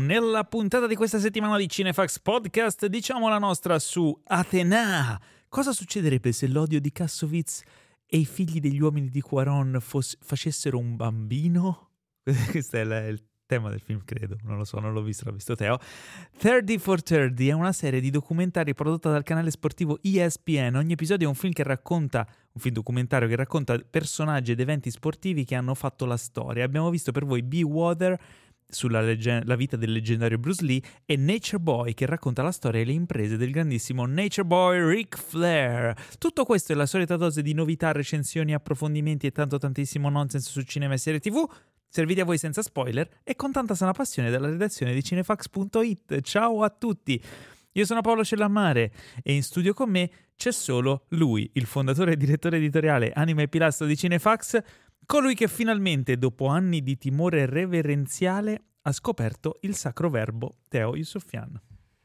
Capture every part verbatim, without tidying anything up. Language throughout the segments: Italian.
Nella puntata di questa settimana di Cinefax Podcast diciamo la nostra su Athena. Cosa succederebbe se l'odio di Kassovitz e i figli degli uomini di Cuarón foss- facessero un bambino? Questo è il, il tema del film, credo. Non lo so, non l'ho visto, l'ha visto Teo. thirty for thirty è una serie di documentari prodotta dal canale sportivo E S P N. Ogni episodio è un film che racconta, un film documentario che racconta personaggi ed eventi sportivi che hanno fatto la storia. Abbiamo visto per voi Be Water, sulla legge- la vita del leggendario Bruce Lee, e Nature Boy, che racconta la storia e le imprese del grandissimo Nature Boy Ric Flair. Tutto questo è la solita dose di novità, recensioni, approfondimenti e tanto tantissimo nonsense su cinema e serie tv, serviti a voi senza spoiler e con tanta sana passione dalla redazione di cinefax punto it. Ciao a tutti! Io sono Paolo Cellammare e in studio con me c'è solo lui, il fondatore e direttore editoriale, anima e pilastro di Cinefax, colui che finalmente, dopo anni di timore reverenziale, ha scoperto il sacro verbo, Teo Yusufian.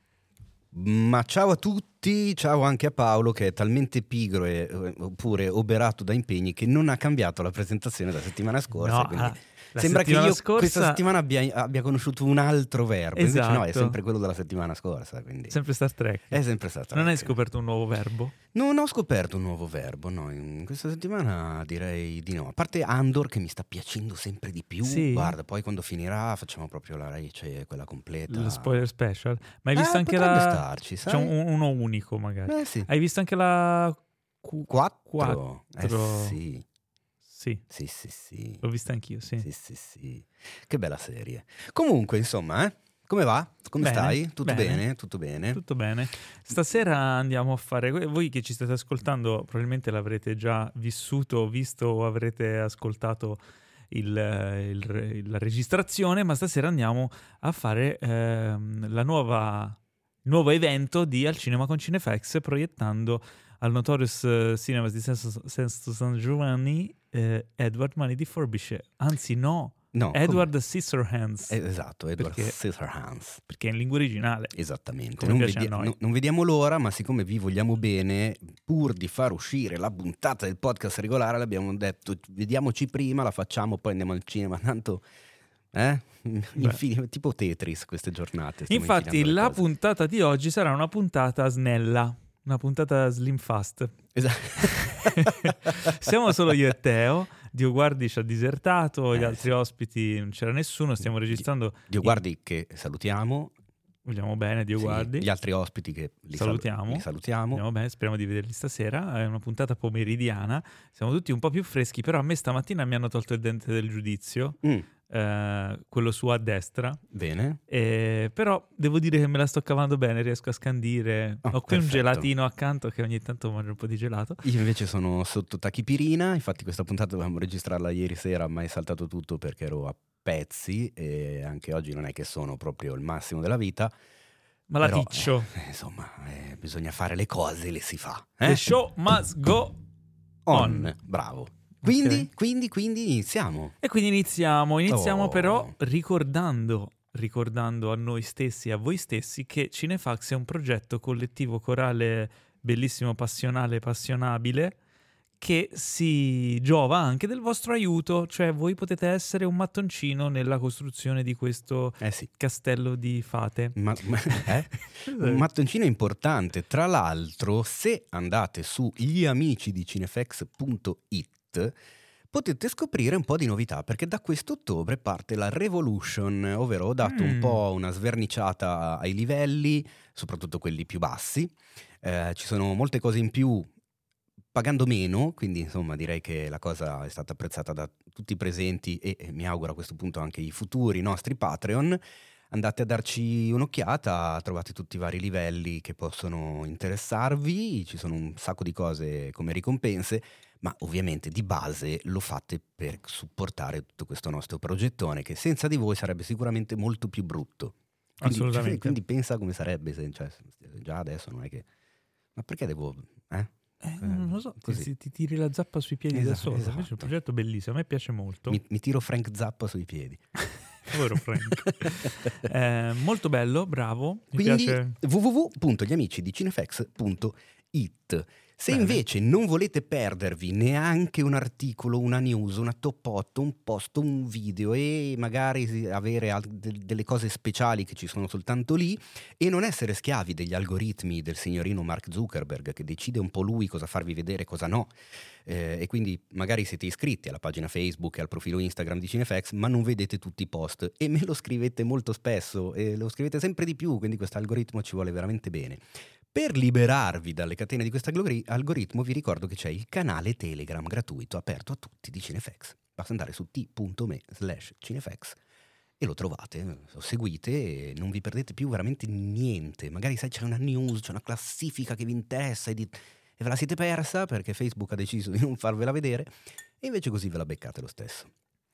Ma ciao a tutti, ciao anche a Paolo, che è talmente pigro e, oppure oberato da impegni che non ha cambiato la presentazione della settimana scorsa. No, quindi la sembra che io scorsa... questa settimana abbia, abbia conosciuto un altro verbo. Esatto. Invece no, è sempre quello della settimana scorsa. Quindi Sempre Star Trek. È sempre Star Trek. Non hai scoperto un nuovo verbo? Non ho scoperto un nuovo verbo, no, in questa settimana direi di no. A parte Andor, che mi sta piacendo sempre di più. Sì. Guarda, poi quando finirà facciamo proprio la rece, quella completa. Lo spoiler special. Ma hai Eh, visto anche potrebbe la... starci, sai? C'è un- uno unico magari. Eh sì. Hai visto anche la... Q- Quattro? Quattro. Eh sì. Sì, Sì, sì, sì. l'ho vista anch'io, sì. Sì, sì, sì. Che bella serie. Comunque, insomma, eh? Come va? Come Bene, stai? Tutto bene. bene. Tutto bene? Tutto bene. Stasera andiamo a fare... Voi che ci state ascoltando probabilmente l'avrete già vissuto, visto o avrete ascoltato il, il- la registrazione, ma stasera andiamo a fare ehm, la nuova, il nuovo evento di Al Cinema con Cinefax, proiettando al Notorious eh, Cinemas di Sesto Sesto San Giovanni eh, Edward Mani di Forbice. Anzi no, No, Edward Scissorhands, Eh, esatto, Edward Perché- Scissorhands. perché è in lingua originale. Esattamente. Come Non, piace a vedi- noi. no- non vediamo l'ora, ma siccome vi vogliamo bene, pur di far uscire la puntata del podcast regolare, l'abbiamo detto, vediamoci prima, la facciamo, poi andiamo al cinema. Tanto, eh? Infine, tipo Tetris queste giornate. stiamo Infatti infilando le la cose. puntata di oggi sarà una puntata snella, una puntata slim fast. Esatto. Siamo solo io e Teo. Dio guardi ci ha disertato, gli Eh, altri sì. ospiti non c'era nessuno, stiamo registrando. Dio guardi che salutiamo. Vogliamo bene, Dio Sì, guardi. gli altri ospiti che li salu- Salutiamo. li salutiamo. Andiamo bene, speriamo di vederli stasera. È una puntata pomeridiana. Siamo tutti un po' più freschi, però a me stamattina mi hanno tolto il dente del giudizio, Mm, eh, quello su a destra. bene. Eh, però devo dire che me la sto cavando bene, riesco a scandire. Oh, Ho qui un perfetto. gelatino accanto che ogni tanto mangio un po' di gelato. Io invece sono sotto tachipirina, infatti questa puntata dovevamo registrarla ieri sera, ma è saltato tutto perché ero a pezzi e anche oggi non è che sono proprio il massimo della vita. Ma la Però, ticcio. eh, insomma, eh, bisogna fare le cose, le si fa. The Eh? show must go On. on. Bravo. Quindi, Ok. quindi, quindi iniziamo. E quindi iniziamo. Iniziamo Oh. però ricordando, ricordando a noi stessi e a voi stessi che Cinefax è un progetto collettivo corale bellissimo, passionale, passionabile, che si giova anche del vostro aiuto, cioè voi potete essere un mattoncino nella costruzione di questo Eh sì. castello di fate. Ma, ma- eh? Un mattoncino importante. Tra l'altro, se andate su gli amici di cinefax punto it potete scoprire un po' di novità, perché da quest'ottobre parte la Revolution, ovvero ho dato Mm. un po' una sverniciata ai livelli, soprattutto quelli più bassi. Eh, ci sono molte cose in più pagando meno, quindi insomma direi che la cosa è stata apprezzata da tutti i presenti e, e mi auguro a questo punto anche i futuri nostri Patreon. Andate a darci un'occhiata, trovate tutti i vari livelli che possono interessarvi, ci sono un sacco di cose come ricompense, ma ovviamente di base lo fate per supportare tutto questo nostro progettone che senza di voi sarebbe sicuramente molto più brutto. Quindi, Assolutamente. quindi pensa come sarebbe se, cioè, già adesso non è che... Ma perché devo... Eh? Eh, non lo so, ti, così. ti- ti tiri la zappa sui piedi da Esatto, solo. Invece è un esatto. progetto bellissimo, a me piace molto. Mi, mi tiro Frank Zappa sui piedi. Povero Frank. Eh, molto bello, bravo. Mi Quindi piace. w w w punto gli amici di cinefax punto it. Se Bene. invece non volete perdervi neanche un articolo, una news, una top otto, un post, un video e magari avere al- de- delle cose speciali che ci sono soltanto lì e non essere schiavi degli algoritmi del signorino Mark Zuckerberg che decide un po' lui cosa farvi vedere e cosa no, eh, e quindi magari siete iscritti alla pagina Facebook e al profilo Instagram di Cinefax ma non vedete tutti i post e me lo scrivete molto spesso e lo scrivete sempre di più, quindi questo algoritmo ci vuole veramente bene. Per liberarvi dalle catene di questo algori- algoritmo vi ricordo che c'è il canale Telegram gratuito aperto a tutti di Cinefax. Basta andare su t.me slash Cinefax e lo trovate, lo seguite e non vi perdete più veramente niente. Magari sai c'è una news, c'è una classifica che vi interessa e, di- e ve la siete persa perché Facebook ha deciso di non farvela vedere e invece così ve la beccate lo stesso.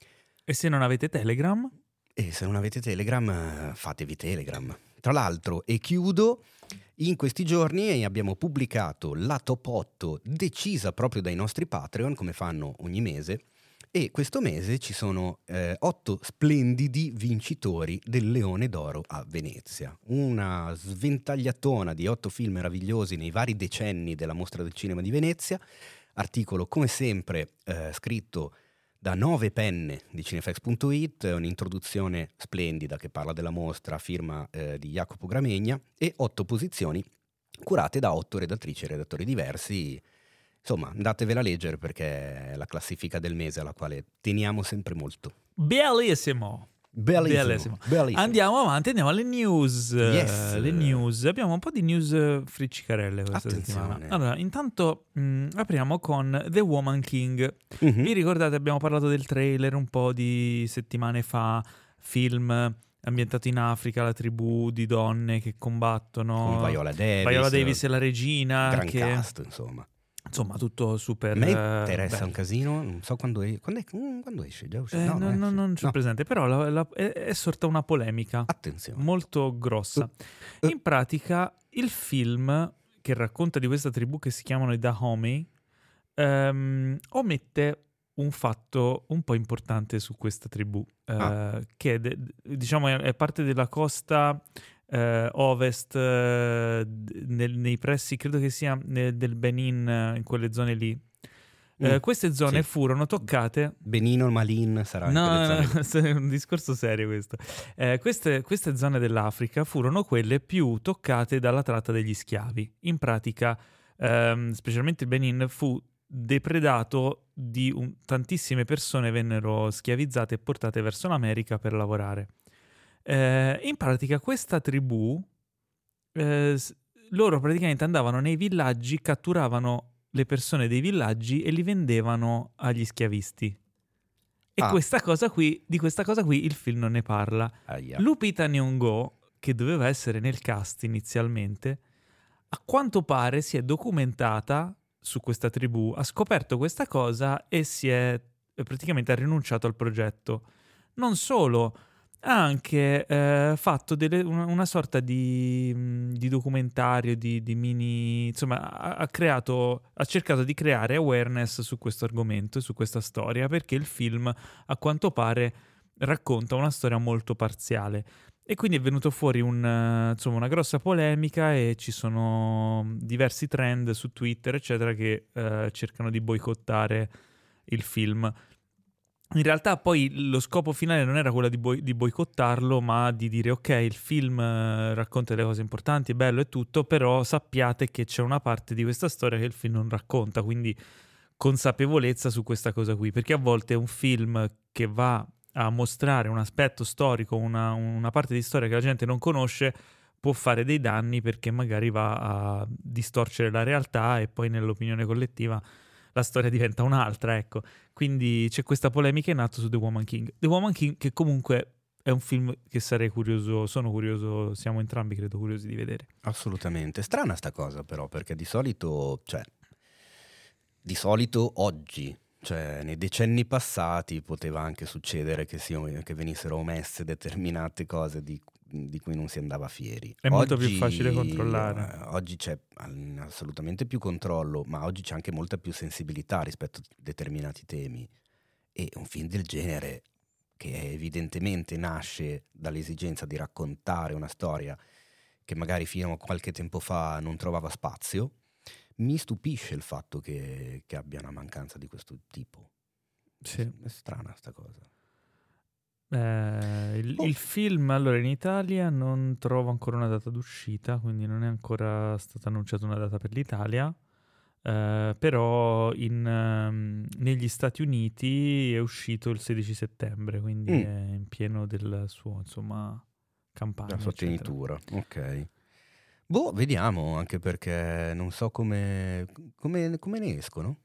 E se non avete Telegram? E se non avete Telegram, eh, fatevi Telegram. Tra l'altro, e chiudo, in questi giorni abbiamo pubblicato la top otto decisa proprio dai nostri Patreon, come fanno ogni mese, e questo mese ci sono eh, otto splendidi vincitori del Leone d'Oro a Venezia. Una sventagliatona di otto film meravigliosi nei vari decenni della Mostra del Cinema di Venezia, articolo come sempre eh, scritto da nove penne di cinefax punto it, un'introduzione splendida che parla della mostra, firma eh, di Jacopo Gramegna, e otto posizioni curate da otto redattrici e redattori diversi. Insomma, andatevela a leggere perché è la classifica del mese alla quale teniamo sempre molto. Bellissimo! Bellissimo, Bellissimo. bellissimo. Andiamo avanti, andiamo alle news. Yes. Le news. Abbiamo un po' di news eh, friccicarelle questa Attenzione. settimana. Allora, intanto mh, apriamo con The Woman King. Mhm. Vi ricordate, abbiamo parlato del trailer un po' di settimane fa, film ambientato in Africa, la tribù di donne che combattono. Con Viola Davis. Viola Davis e la regina. Gran che, cast, insomma. Insomma, tutto super. A me eh, interessa bello. un casino, non so quando, è, quando, è, mm, quando esce, già uscito? Eh, no, no, eh, no, sì. non c'ho No. presente, però la- la- è, è sorta una polemica Attenzione. molto grossa. Eh. In pratica, il film che racconta di questa tribù che si chiamano i Dahomey ehm, omette un fatto un po' importante su questa tribù, eh, Ah. che de- diciamo è, è parte della costa eh, ovest, eh, d- nel- nei pressi, credo che sia nel- del Benin, eh, in quelle zone lì. Eh, Mm. queste zone Sì. furono toccate. Benino Malin sarà in No, quelle no, zone lì. no, è un discorso serio questo. Eh, queste, queste zone dell'Africa furono quelle più toccate dalla tratta degli schiavi. In pratica, ehm, specialmente il Benin fu depredato di un- tantissime persone vennero schiavizzate e portate verso l'America per lavorare. Eh, in pratica questa tribù, eh, s- loro praticamente andavano nei villaggi, catturavano le persone dei villaggi e li vendevano agli schiavisti. E Ah. questa cosa qui, di questa cosa qui il film non ne parla. Aia. Lupita Nyong'o, che doveva essere nel cast inizialmente, a quanto pare si è documentata su questa tribù, ha scoperto questa cosa e si è eh, praticamente ha rinunciato al progetto. Non solo, ha anche eh, fatto delle- una, una sorta di, mh, di documentario, di, di mini... Insomma, ha, ha creato, ha cercato di creare awareness su questo argomento e su questa storia, perché il film, a quanto pare, racconta una storia molto parziale. E quindi è venuto fuori un, eh, insomma, una grossa polemica e ci sono diversi trend su Twitter, eccetera, che eh, cercano di boicottare il film. In realtà poi lo scopo finale non era quello di, boi- di boicottarlo, ma di dire ok, il film eh, racconta delle cose importanti, è bello e tutto, però sappiate che c'è una parte di questa storia che il film non racconta, quindi consapevolezza su questa cosa qui, perché a volte un film che va a mostrare un aspetto storico, una, una parte di storia che la gente non conosce, può fare dei danni perché magari va a distorcere la realtà e poi nell'opinione collettiva la storia diventa un'altra, ecco. Quindi c'è questa polemica in atto su The Woman King. The Woman King che comunque è un film che sarei curioso, sono curioso, siamo entrambi credo curiosi di vedere. Assolutamente. Strana sta cosa però, perché di solito, cioè, di solito oggi, cioè nei decenni passati poteva anche succedere che, si, che venissero omesse determinate cose di, di cui non si andava fieri. È oggi, molto più facile controllare. eh, oggi c'è mm, assolutamente più controllo, ma oggi c'è anche molta più sensibilità rispetto a determinati temi. E un film del genere, che evidentemente nasce dall'esigenza di raccontare una storia che magari fino a qualche tempo fa non trovava spazio, mi stupisce il fatto che, che abbia una mancanza di questo tipo. Sì. È strana sta cosa. Eh, il, Oh. il film allora in Italia non trovo ancora una data d'uscita, quindi non è ancora stata annunciata una data per l'Italia, eh, però in, ehm, negli Stati Uniti è uscito il sedici settembre, quindi Mm. è in pieno del suo, insomma, campagna, La sua eccetera. tenitura, ok. Boh, vediamo, anche perché non so come, come, come ne escono.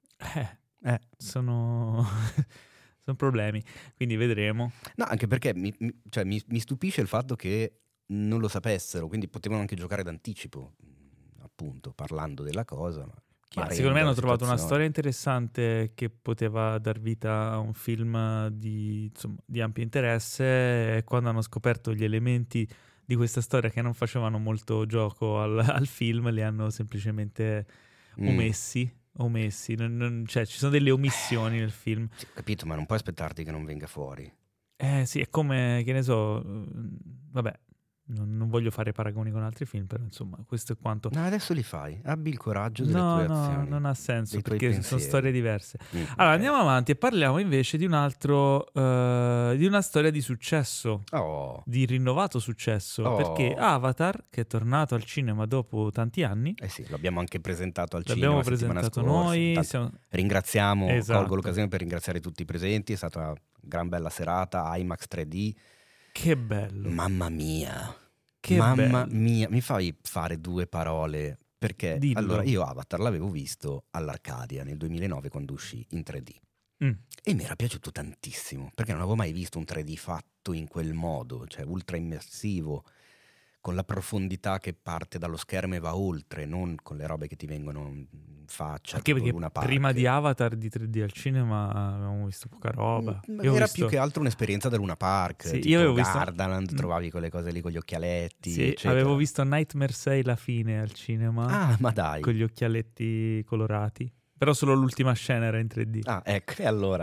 Eh, Eh. sono... sono problemi, quindi vedremo. No, anche perché mi, mi- cioè, mi- mi stupisce il fatto che non lo sapessero, quindi potevano anche giocare d'anticipo, mh, appunto, parlando della cosa. Ma Ma secondo me hanno la trovato una situazione. storia interessante che poteva dar vita a un film di, insomma, di ampio interesse, e quando hanno scoperto gli elementi di questa storia che non facevano molto gioco al, al film, li hanno semplicemente Mm. omessi. omessi. Non- non- cioè, ci sono delle omissioni nel film. Sì, ho capito, ma non puoi aspettarti che non venga fuori. Eh sì, è come, che ne so, eh, vabbè, non, non voglio fare paragoni con altri film, però insomma, questo è quanto. No, adesso li fai. Abbi il coraggio delle No, tue no, azioni. non ha senso dei tuoi perché sono pensieri. storie diverse. Mm, Allora, ok. andiamo avanti e parliamo invece di un altro, eh, di una storia di successo, Oh, di rinnovato successo, Oh. perché Avatar, che è tornato al cinema dopo tanti anni, eh sì, l'abbiamo anche presentato al l'abbiamo cinema la settimana presentato scorsa. noi, Intanto siamo- ringraziamo, Esatto. colgo l'occasione per ringraziare tutti i presenti, è stata una gran bella serata, IMAX tre D. che bello, Mamma mia, che mamma bello. mia, mi fai fare due parole perché Dillo. allora io Avatar l'avevo visto all'Arcadia nel duemilanove quando uscì in tre D Mm. e mi era piaciuto tantissimo perché non avevo mai visto un tre D fatto in quel modo, cioè ultra immersivo, con la profondità che parte dallo schermo e va oltre, non con le robe che ti vengono in faccia. Anche tipo perché Luna Park. prima di Avatar di tre D al cinema avevamo visto poca roba. Mm, Io ho era visto- più che altro un'esperienza da Luna Park, Sì, tipo io avevo visto- Gardaland, Mm. trovavi quelle cose lì con gli occhialetti, Sì, eccetera. avevo visto Nightmare sei la fine al cinema. Ah, ma dai. Con gli occhialetti colorati. Però solo l'ultima scena era in tre D. Ah, ecco, e allora.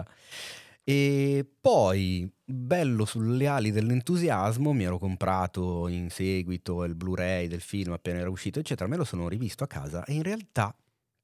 E poi, bello sulle ali dell'entusiasmo, mi ero comprato in seguito il Blu-ray del film appena era uscito, eccetera, me lo sono rivisto a casa e in realtà,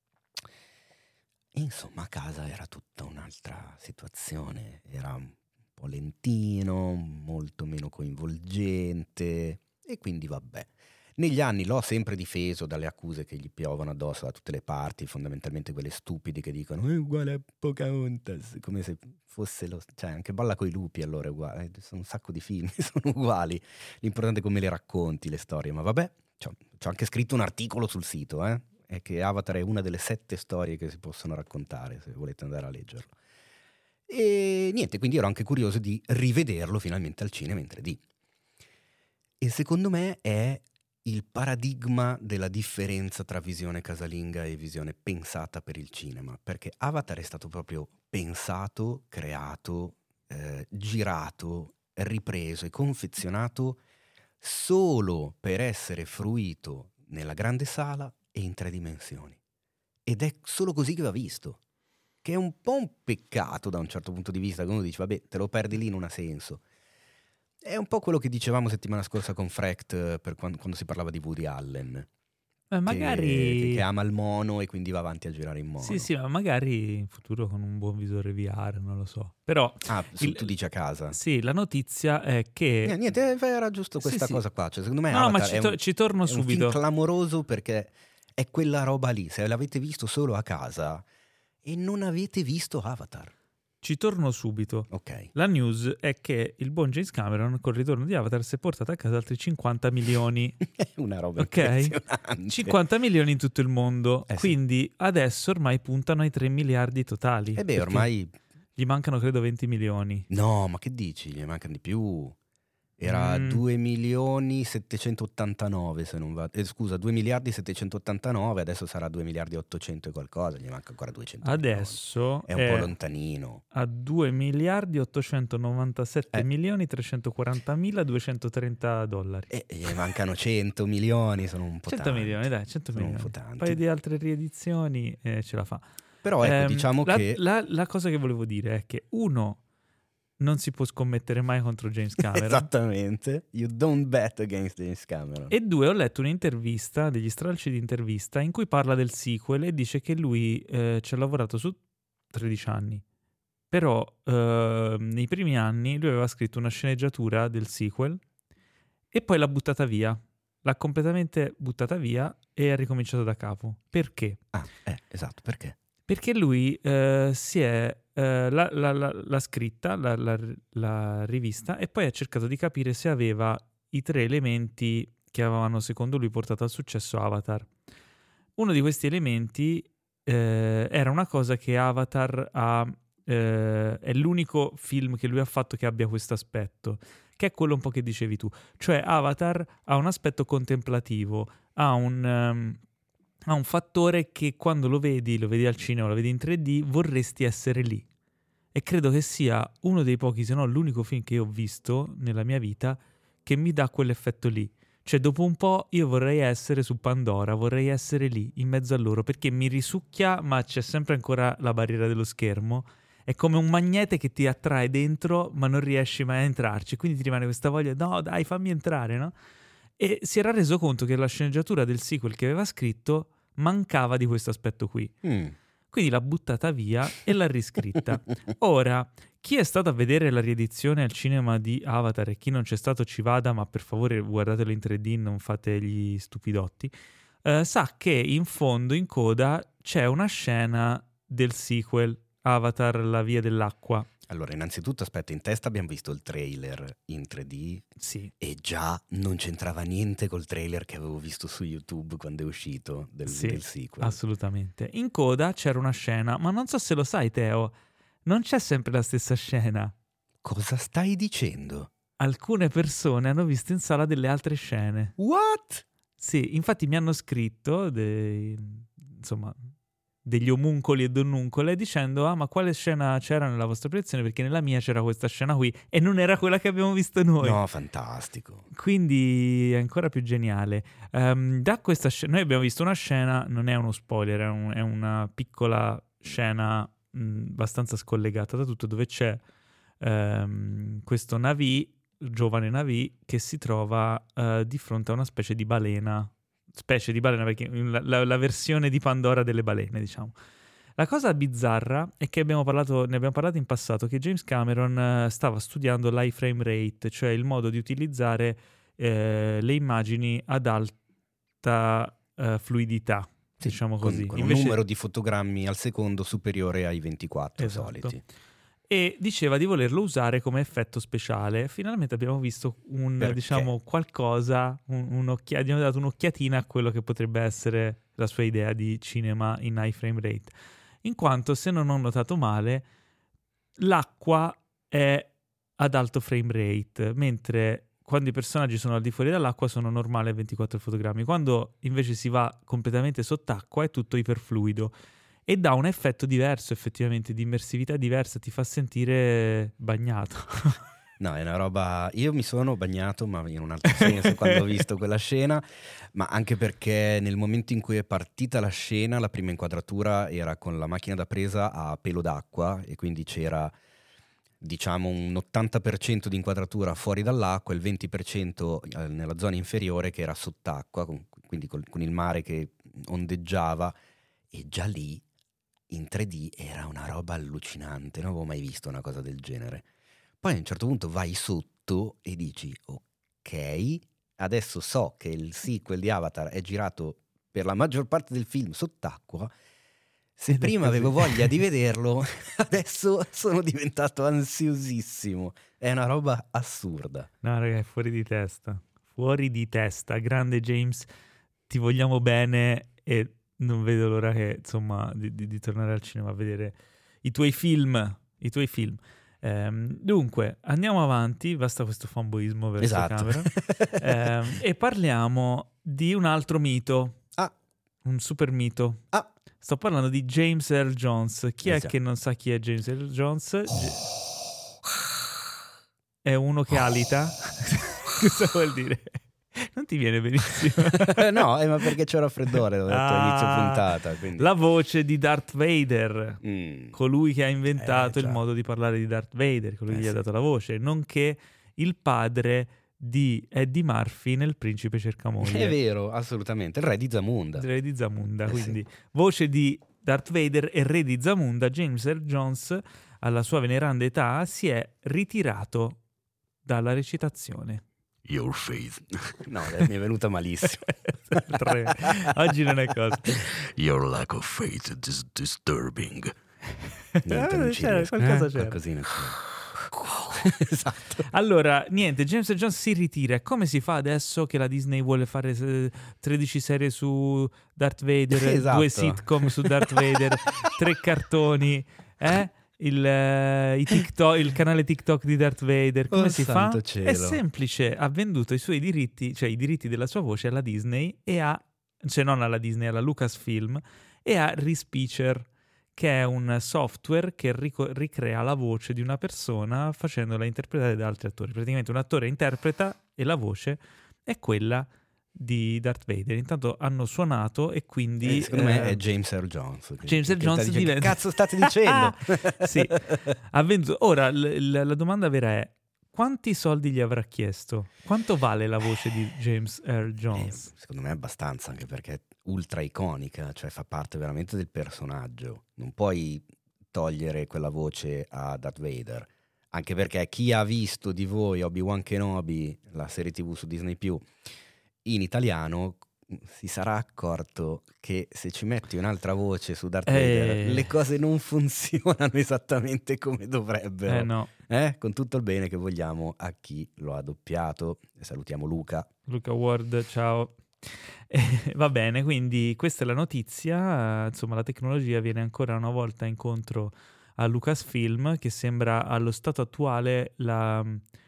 insomma, a casa era tutta un'altra situazione, era un po' lentino, molto meno coinvolgente e quindi vabbè. Negli anni l'ho sempre difeso dalle accuse che gli piovono addosso da tutte le parti, fondamentalmente quelle stupidi che dicono è uguale a Pocahontas, come se fosse lo... cioè anche Balla coi lupi allora è uguale, sono un sacco di film, sono uguali, l'importante è come le racconti le storie, ma vabbè, c'ho, c'ho anche scritto un articolo sul sito, eh, è che Avatar è una delle sette storie che si possono raccontare, se volete andare a leggerlo. E niente, quindi ero anche curioso di rivederlo finalmente al cinema in tre D. E secondo me è il paradigma della differenza tra visione casalinga e visione pensata per il cinema, perché Avatar è stato proprio pensato, creato, eh, girato, ripreso e confezionato solo per essere fruito nella grande sala e in tre dimensioni. Ed è solo così che va visto, che è un po' un peccato da un certo punto di vista, che uno dice vabbè, te lo perdi lì, non ha senso. È un po' quello che dicevamo settimana scorsa con Frecht per quando, quando si parlava di Woody Allen, Eh, magari... che, che, che ama il mono e quindi va avanti a girare in mono. Sì, sì, ma magari in futuro con un buon visore V R, non lo so. Però... Ah, su, il- tu dici a casa? Sì, la notizia è che... Eh, niente, era giusto Sì, questa sì. cosa qua. Cioè, secondo me No, no, ma Avatar ci, è, to- un, ci torno è un subito. film clamoroso perché è quella roba lì. Se l'avete visto solo a casa e non avete visto Avatar. Ci torno subito. Ok. La news è che il buon James Cameron col ritorno di Avatar si è portato a casa altri cinquanta milioni. È una roba Ok. impressionante. cinquanta milioni in tutto il mondo. Eh sì. Quindi adesso ormai puntano ai tre miliardi totali. E beh, perché ormai... Gli mancano credo venti milioni. No, ma che dici? Gli mancano di più. Era Mm. due milioni settecentottantanove se non va... Eh, scusa, due miliardi settecentottantanove, adesso sarà due miliardi ottocento e qualcosa, gli manca ancora duecento Adesso milioni. È un po' lontanino. a due miliardi ottocentonovantasette Eh. milioni trecentoquarantamila duecentotrenta dollari. E gli mancano cento milioni, sono un po' cento tanti. milioni, dai, cento Sono un milioni. po' Un tanti. paio di altre riedizioni e ce la fa. Però ecco, Ehm, diciamo la, che... la, la cosa che volevo dire è che uno non si può scommettere mai contro James Cameron. Esattamente, you don't bet against James Cameron. E due, ho letto un'intervista, degli stralci di intervista, in cui parla del sequel e dice che lui eh, ci ha lavorato su tredici anni. Però eh, nei primi anni lui aveva scritto una sceneggiatura del sequel e poi l'ha buttata via. L'ha completamente buttata via e ha ricominciato da capo. Perché? Ah, eh, esatto, perché? Perché lui eh, si è eh, l'ha, l'ha, l'ha, l'ha scritta, l'ha, l'ha, l'ha rivista e poi ha cercato di capire se aveva i tre elementi che avevano secondo lui portato al successo Avatar. Uno di questi elementi eh, era una cosa che Avatar ha, eh, è l'unico film che lui ha fatto che abbia questo aspetto, che è quello un po' che dicevi tu. Cioè Avatar ha un aspetto contemplativo, ha un... Um, ha un fattore che quando lo vedi, lo vedi al cinema, lo vedi in tre D, vorresti essere lì. E credo che sia uno dei pochi, se no l'unico film che io ho visto nella mia vita che mi dà quell'effetto lì. Cioè dopo un po' io vorrei essere su Pandora, vorrei essere lì, in mezzo a loro, perché mi risucchia, ma c'è sempre ancora la barriera dello schermo. È come un magnete che ti attrae dentro, ma non riesci mai a entrarci. Quindi ti rimane questa voglia, no dai, fammi entrare, no? E si era reso conto che la sceneggiatura del sequel che aveva scritto mancava di questo aspetto qui. Mm. Quindi l'ha buttata via e l'ha riscritta. Ora, chi è stato a vedere la riedizione al cinema di Avatar e chi non c'è stato ci vada, ma per favore guardatelo in tre D, non fate gli stupidotti, eh, sa che in fondo, in coda, c'è una scena del sequel Avatar, la via dell'acqua. Allora, innanzitutto, aspetta, in testa abbiamo visto il trailer in tre D. Sì. E già non c'entrava niente col trailer che avevo visto su YouTube quando è uscito del, sì, del sequel. Assolutamente. In coda c'era una scena, ma non so se lo sai, Teo, non c'è sempre la stessa scena. Cosa stai dicendo? Alcune persone hanno visto in sala delle altre scene. What? Sì, infatti mi hanno scritto dei, insomma, degli omuncoli e donnuncole dicendo ah ma quale scena c'era nella vostra proiezione, perché nella mia c'era questa scena qui e non era quella che abbiamo visto noi. No, fantastico. Quindi è ancora più geniale. Um, da questa scena noi abbiamo visto una scena, non è uno spoiler, è, un, è una piccola scena mh, abbastanza scollegata da tutto, dove c'è um, questo Na'vi, giovane Na'vi, che si trova uh, di fronte a una specie di balena specie di balena, perché la, la, la versione di Pandora delle balene, diciamo. La cosa bizzarra è che abbiamo parlato, ne abbiamo parlato in passato, che James Cameron uh, stava studiando l'high frame rate, cioè il modo di utilizzare eh, le immagini ad alta uh, fluidità, sì, diciamo così. Con, con Invece... un numero di fotogrammi al secondo superiore ai ventiquattro, esatto, soliti. E diceva di volerlo usare come effetto speciale. Finalmente abbiamo visto un, Perché? diciamo, qualcosa, un, un occhi- abbiamo dato un'occhiatina a quello che potrebbe essere la sua idea di cinema in high frame rate. In quanto, se non ho notato male, l'acqua è ad alto frame rate, mentre quando i personaggi sono al di fuori dall'acqua sono normali a ventiquattro fotogrammi. Quando invece si va completamente sott'acqua è tutto iperfluido. E dà un effetto diverso, effettivamente, di immersività diversa, ti fa sentire bagnato. No, è una roba... Io mi sono bagnato, ma in un altro senso, quando ho visto quella scena, ma anche perché nel momento in cui è partita la scena, la prima inquadratura era con la macchina da presa a pelo d'acqua e quindi c'era, diciamo, un ottanta per cento di inquadratura fuori dall'acqua e il venti per cento nella zona inferiore che era sott'acqua, quindi con il mare che ondeggiava, e già lì in tre D era una roba allucinante, non avevo mai visto una cosa del genere. Poi a un certo punto vai sotto e dici ok, adesso so che il sequel di Avatar è girato per la maggior parte del film sott'acqua. Se prima avevo voglia di vederlo, adesso sono diventato ansiosissimo. È una roba assurda. No, raga, è fuori di testa. Fuori di testa. Grande James, ti vogliamo bene e non vedo l'ora che, insomma, di, di, di tornare al cinema a vedere i tuoi film. I tuoi film. Ehm, dunque, andiamo avanti, basta questo fanboismo verso esatto. Cameron. ehm, e parliamo di un altro mito. Ah. Un super mito. Ah. Sto parlando di James Earl Jones. Chi esatto. è che non sa chi è James Earl Jones? Oh. È uno che alita. Cosa vuol dire? Non ti viene benissimo? No, eh, ma perché c'è raffreddore, l'ho detto Ah, inizio puntata. Quindi. La voce di Darth Vader, Mm. colui che ha inventato Eh, il già. modo di parlare di Darth Vader, colui Eh, che gli ha sì. dato la voce, nonché il padre di Eddie Murphy nel Principe Cercamoglie. È vero, assolutamente. Il re di Zamunda. Il re di Zamunda, Eh, quindi sì. voce di Darth Vader e re di Zamunda. James Earl Jones, alla sua veneranda età, si è ritirato dalla recitazione. Your face. No, mi è venuta malissimo. Tre. Oggi non è cosa. Your lack of faith is disturbing. Niente, Eh, non ci c'era, riesco. qualcosa Eh, c'era. Qualcosina c'era. Esatto. Allora, niente, James Earl Jones si ritira. Come si fa adesso che la Disney vuole fare eh, tredici serie su Darth Vader, Esatto. due sitcom su Darth Vader, tre cartoni, eh? Il, eh, i TikTok, il canale TikTok di Darth Vader, come Oh, si fa? santo cielo. È semplice, ha venduto i suoi diritti, cioè i diritti della sua voce alla Disney e ha, cioè non alla Disney, alla Lucasfilm, e a Respeecher, che è un software che rico- ricrea la voce di una persona facendola interpretare da altri attori. Praticamente un attore interpreta e la voce è quella di Darth Vader. Intanto hanno suonato e quindi... Eh, secondo me eh, è James Earl Jones. che- James Earl che sta Jones dicendo, diventa- Che cazzo state dicendo? Sì, ha venduto. Ora, l- l- la domanda vera è: quanti soldi gli avrà chiesto? Quanto vale la voce di James Earl Eh, Jones? secondo me è abbastanza, anche perché è ultra iconica, cioè fa parte veramente del personaggio. Non puoi togliere quella voce a Darth Vader, anche perché chi ha visto di voi Obi-Wan Kenobi, la serie tivù su Disney più, in italiano si sarà accorto che se ci metti un'altra voce su Darth Eh. Vader le cose non funzionano esattamente come dovrebbero. Eh no, Eh? Con tutto il bene che vogliamo a chi lo ha doppiato. E salutiamo Luca. Luca Ward, ciao. Eh, va bene, quindi questa è la notizia. eh, Insomma, la tecnologia viene ancora una volta incontro a Lucasfilm, che sembra allo stato attuale la,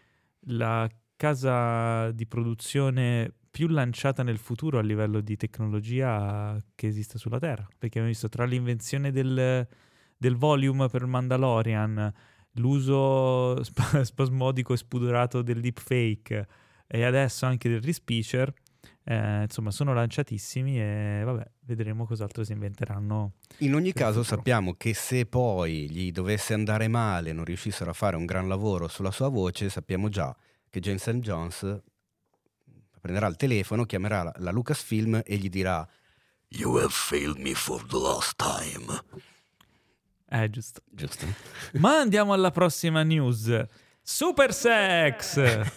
la casa di produzione più lanciata nel futuro a livello di tecnologia che esista sulla Terra. Perché abbiamo visto tra l'invenzione del, del volume per Mandalorian, l'uso sp- spasmodico e spudorato del deepfake e adesso anche del Respeecher, eh, insomma sono lanciatissimi e vabbè, vedremo cos'altro si inventeranno. In ogni per caso il futuro. sappiamo che se poi gli dovesse andare male, non riuscissero a fare un gran lavoro sulla sua voce, sappiamo già che James Earl Jones prenderà il telefono, chiamerà la, la Lucasfilm e gli dirà "You have failed me for the last time". Eh, giusto. Giusto? Ma andiamo alla prossima news. Super Sex!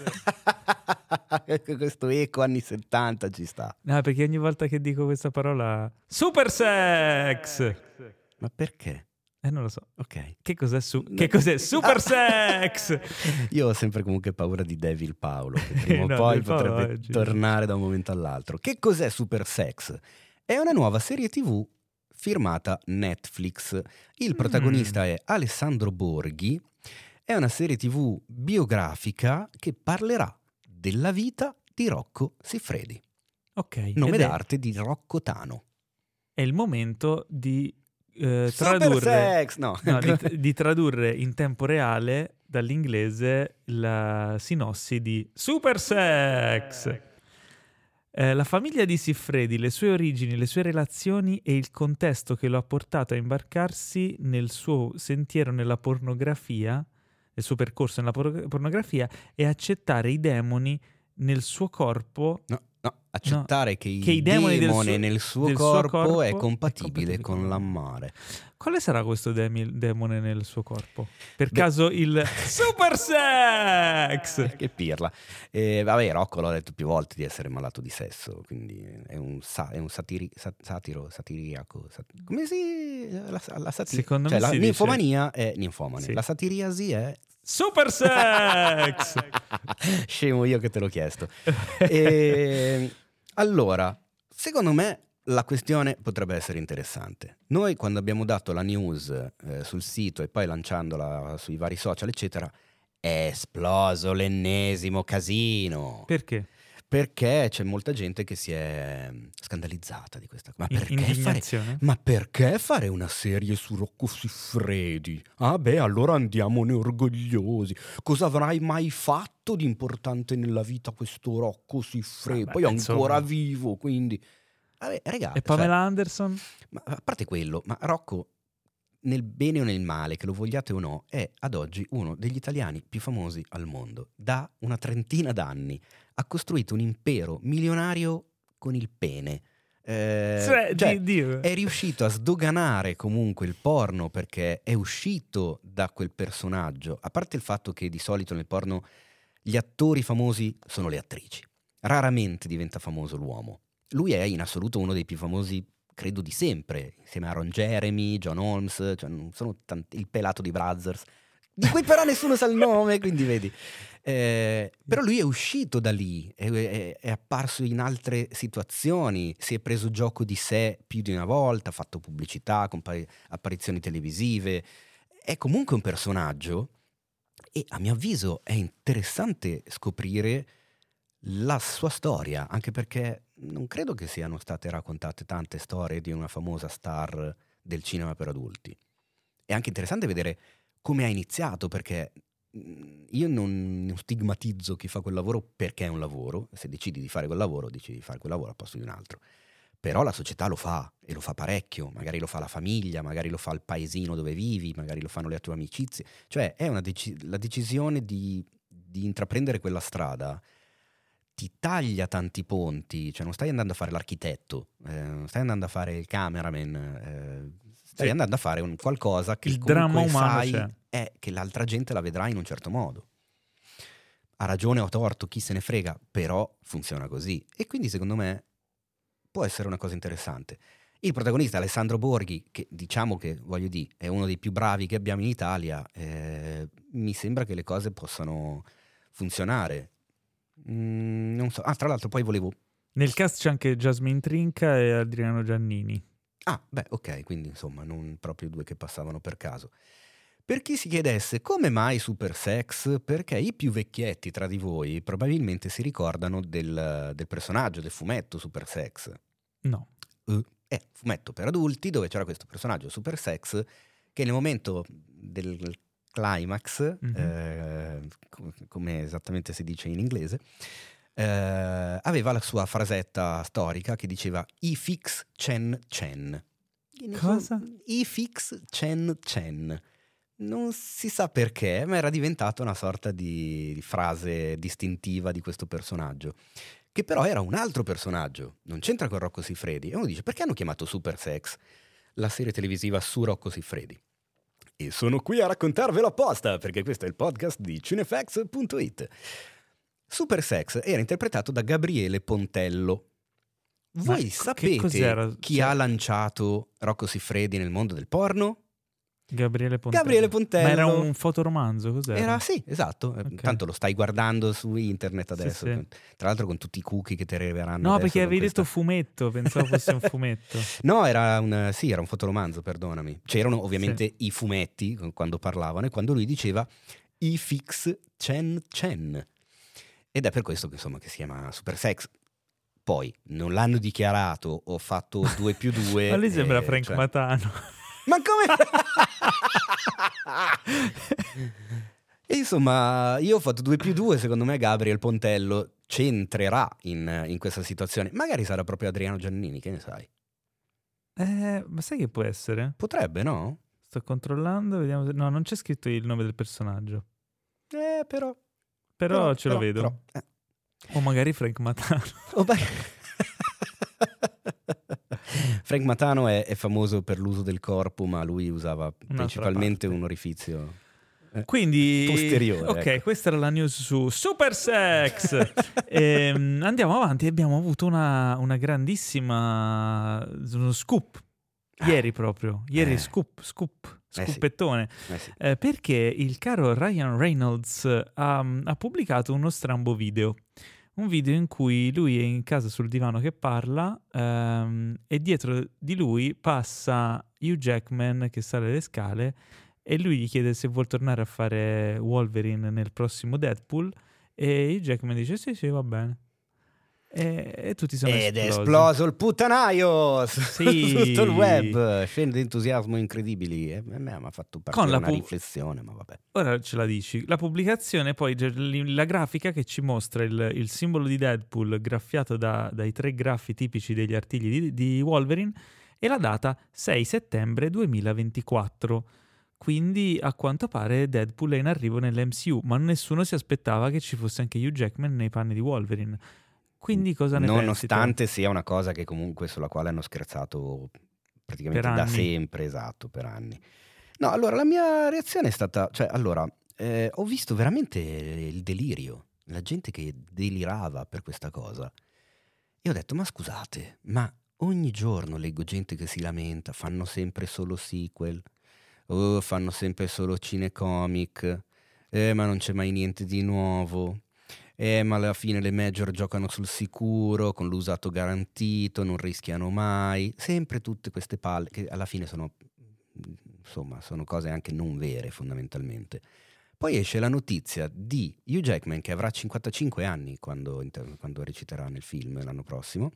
Questo eco anni settanta ci sta. No, perché ogni volta che dico questa parola... Super Sex! Ma perché? Eh, non lo so. Ok. Che cos'è, su- che cos'è Super Sex? Io ho sempre comunque paura di Devil Paolo, che prima o No, poi Devil Paolo potrebbe oggi- tornare da un momento all'altro. Che cos'è Super Sex? È una nuova serie tivù firmata Netflix. Il protagonista Mm. è Alessandro Borghi. È una serie tivù biografica che parlerà della vita di Rocco Siffredi, Ok. nome ed è- d'arte di Rocco Tano. È il momento di eh, Super tradurre... Sex! No, No, di, di tradurre in tempo reale dall'inglese la sinossi di Super Sex. Eh, la famiglia di Siffredi, le sue origini, le sue relazioni e il contesto che lo ha portato a imbarcarsi nel suo sentiero nella pornografia, nel suo percorso nella por- pornografia e accettare i demoni nel suo corpo. no, no, accettare che, che il i demoni del demone suo- nel suo del suo corpo, corpo è è compatibile compatibile con con l'ammare. Quale sarà questo demi- demone nel suo corpo? Per Beh- caso il Super Sex! Che pirla. E, vabbè, Rocco l'ha detto più volte di essere malato di sesso, quindi è un, sa- è un satiri- sa- satiro, satiriaco. Sat- come si... La, la sati- Secondo cioè, me la si ninfomania è ninfomane. Sì. La satiriasi è... Super Sex! Scemo io che te l'ho chiesto. E, allora, secondo me la questione potrebbe essere interessante. Noi quando abbiamo dato la news eh, sul sito e poi lanciandola sui vari social eccetera, è esploso l'ennesimo casino. Perché? perché c'è molta gente che si è scandalizzata di questa cosa. Ma perché fare, Indignazione? ma perché fare una serie su Rocco Siffredi? Ah beh, allora andiamone orgogliosi. Cosa avrai mai fatto di importante nella vita questo Rocco Siffredi? Vabbè, Poi è ancora insomma. vivo, quindi... Vabbè, ragazzi, E Pamela cioè, Anderson? ma a parte quello, ma Rocco, nel bene o nel male, che lo vogliate o no, è ad oggi uno degli italiani più famosi al mondo. Da una trentina d'anni ha costruito un impero milionario con il pene. Eh, Cioè, cioè, di- Dio. è riuscito a sdoganare comunque il porno perché è uscito da quel personaggio. A parte il fatto che di solito nel porno gli attori famosi sono le attrici. Raramente diventa famoso l'uomo. Lui è in assoluto uno dei più famosi, credo, di sempre, insieme a Ron Jeremy, John Holmes, cioè non sono tanti, il pelato di Brothers, di cui però nessuno sa il nome, quindi vedi. Eh, però lui è uscito da lì, è, è, è apparso in altre situazioni, si è preso gioco di sé più di una volta, ha fatto pubblicità, compar- apparizioni televisive, è comunque un personaggio e a mio avviso è interessante scoprire la sua storia, anche perché non credo che siano state raccontate tante storie di una famosa star del cinema per adulti. È anche interessante vedere come ha iniziato, perché io non, non stigmatizzo chi fa quel lavoro perché è un lavoro. Se decidi di fare quel lavoro, decidi di fare quel lavoro al posto di un altro. Però la società lo fa, e lo fa parecchio. Magari lo fa la famiglia, magari lo fa il paesino dove vivi, magari lo fanno le tue amicizie. Cioè è una dec- la decisione di, di intraprendere quella strada ti taglia tanti ponti, cioè non stai andando a fare l'architetto, eh, non stai andando a fare il cameraman, eh, stai Sì. andando a fare un qualcosa che Il comunque dramma umano sai c'è. è che l'altra gente la vedrà in un certo modo. Ha ragione o torto, chi se ne frega, però funziona così. E quindi secondo me può essere una cosa interessante. Il protagonista Alessandro Borghi, che diciamo che, voglio dire, è uno dei più bravi che abbiamo in Italia, eh, mi sembra che le cose possano funzionare. Mm, non so. Ah, tra l'altro poi volevo... Nel cast c'è anche Jasmine Trinca e Adriano Giannini. Ah, beh, ok, quindi insomma non proprio due che passavano per caso. Per chi si chiedesse come mai Super Sex, perché i più vecchietti tra di voi probabilmente si ricordano del, del personaggio, del fumetto Super Sex. No. Uh, è fumetto per adulti dove c'era questo personaggio Super Sex che nel momento del climax, Mhm. eh, com- come esattamente si dice in inglese, eh, aveva la sua frasetta storica che diceva Ifix Chen Chen. Cosa? Ifix Chen Chen. Non si sa perché, ma era diventata una sorta di, di frase distintiva di questo personaggio, che però era un altro personaggio, non c'entra con Rocco Siffredi. E uno dice, perché hanno chiamato Super Sex la serie televisiva su Rocco Siffredi? E sono qui a raccontarvelo apposta, perché questo è il podcast di cinefax punto it. Super Sex era interpretato da Gabriele Pontello. Voi Ma sapete che cos'era? chi Cioè, ha lanciato Rocco Siffredi nel mondo del porno? Gabriele Pontello. Gabriele Pontello. Ma era un fotoromanzo, cos'era? Era sì, esatto. Ok. Tanto lo stai guardando su internet adesso. Sì, sì. Tra l'altro con tutti i cookie che ti arriveranno. No, adesso perché con avevi questa- detto fumetto, pensavo fosse un fumetto. No, era un, sì, era un fotoromanzo, perdonami. C'erano ovviamente i fumetti quando parlavano e quando lui diceva I fix Chen Chen. Ed è per questo che insomma che si chiama Super Sex. Poi non l'hanno dichiarato, ho fatto due più due. Ma lui sembra eh, Frank cioè- Matano. Ma come? E insomma, io ho fatto due più due, secondo me Gabriel Pontello c'entrerà in, in questa situazione. Magari sarà proprio Adriano Giannini, che ne sai? Eh, ma sai che può essere? Potrebbe, no? Sto controllando, vediamo se... No, non c'è scritto il nome del personaggio. Eh, però... Però, però, ce però, lo vedo. però, eh. O magari Frank Matano. Oh, beh. Frank Matano è, è famoso per l'uso del corpo, ma lui usava principalmente parte. un orifizio eh, Quindi, posteriore. ok, ecco. questa era la news su Super Sex. Ehm, andiamo avanti, abbiamo avuto una, una grandissima uno scoop. Ieri proprio, ieri Eh. scoop, scoop, Eh sì. scoopettone. Eh sì. Eh, perché il caro Ryan Reynolds ha, ha pubblicato uno strambo video. Un video in cui lui è in casa sul divano che parla ehm, e dietro di lui passa Hugh Jackman che sale le scale e lui gli chiede se vuol tornare a fare Wolverine nel prossimo Deadpool e Hugh Jackman dice sì sì va bene. e, e tutti sono Ed esplosi. è esploso il puttanaio su Sì. tutto il web, scene di entusiasmo incredibili. E a me mi ha fatto partire la una pu- riflessione, ma vabbè. Ora ce la dici. La pubblicazione, poi c'è l- la grafica che ci mostra il, il simbolo di Deadpool graffiato da- dai tre graffi tipici degli artigli di, di Wolverine e la data sei settembre duemilaventiquattro. Quindi a quanto pare Deadpool è in arrivo nell'M C U, ma nessuno si aspettava che ci fosse anche Hugh Jackman nei panni di Wolverine. Quindi cosa ne Nonostante pensi sia una cosa che comunque sulla quale hanno scherzato praticamente Per da anni. sempre, esatto, per anni. No, allora la mia reazione è stata, cioè, allora, eh, ho visto veramente il delirio, la gente che delirava per questa cosa. E ho detto, ma scusate, ma ogni giorno leggo gente che si lamenta, fanno sempre solo sequel, oh, fanno sempre solo cinecomic, eh, ma non c'è mai niente di nuovo. Eh, ma alla fine le major giocano sul sicuro, con l'usato garantito, non rischiano mai. Sempre tutte queste palle che alla fine sono, insomma, sono cose anche non vere fondamentalmente. Poi esce la notizia di Hugh Jackman che avrà cinquantacinque anni quando, inter- quando reciterà nel film l'anno prossimo,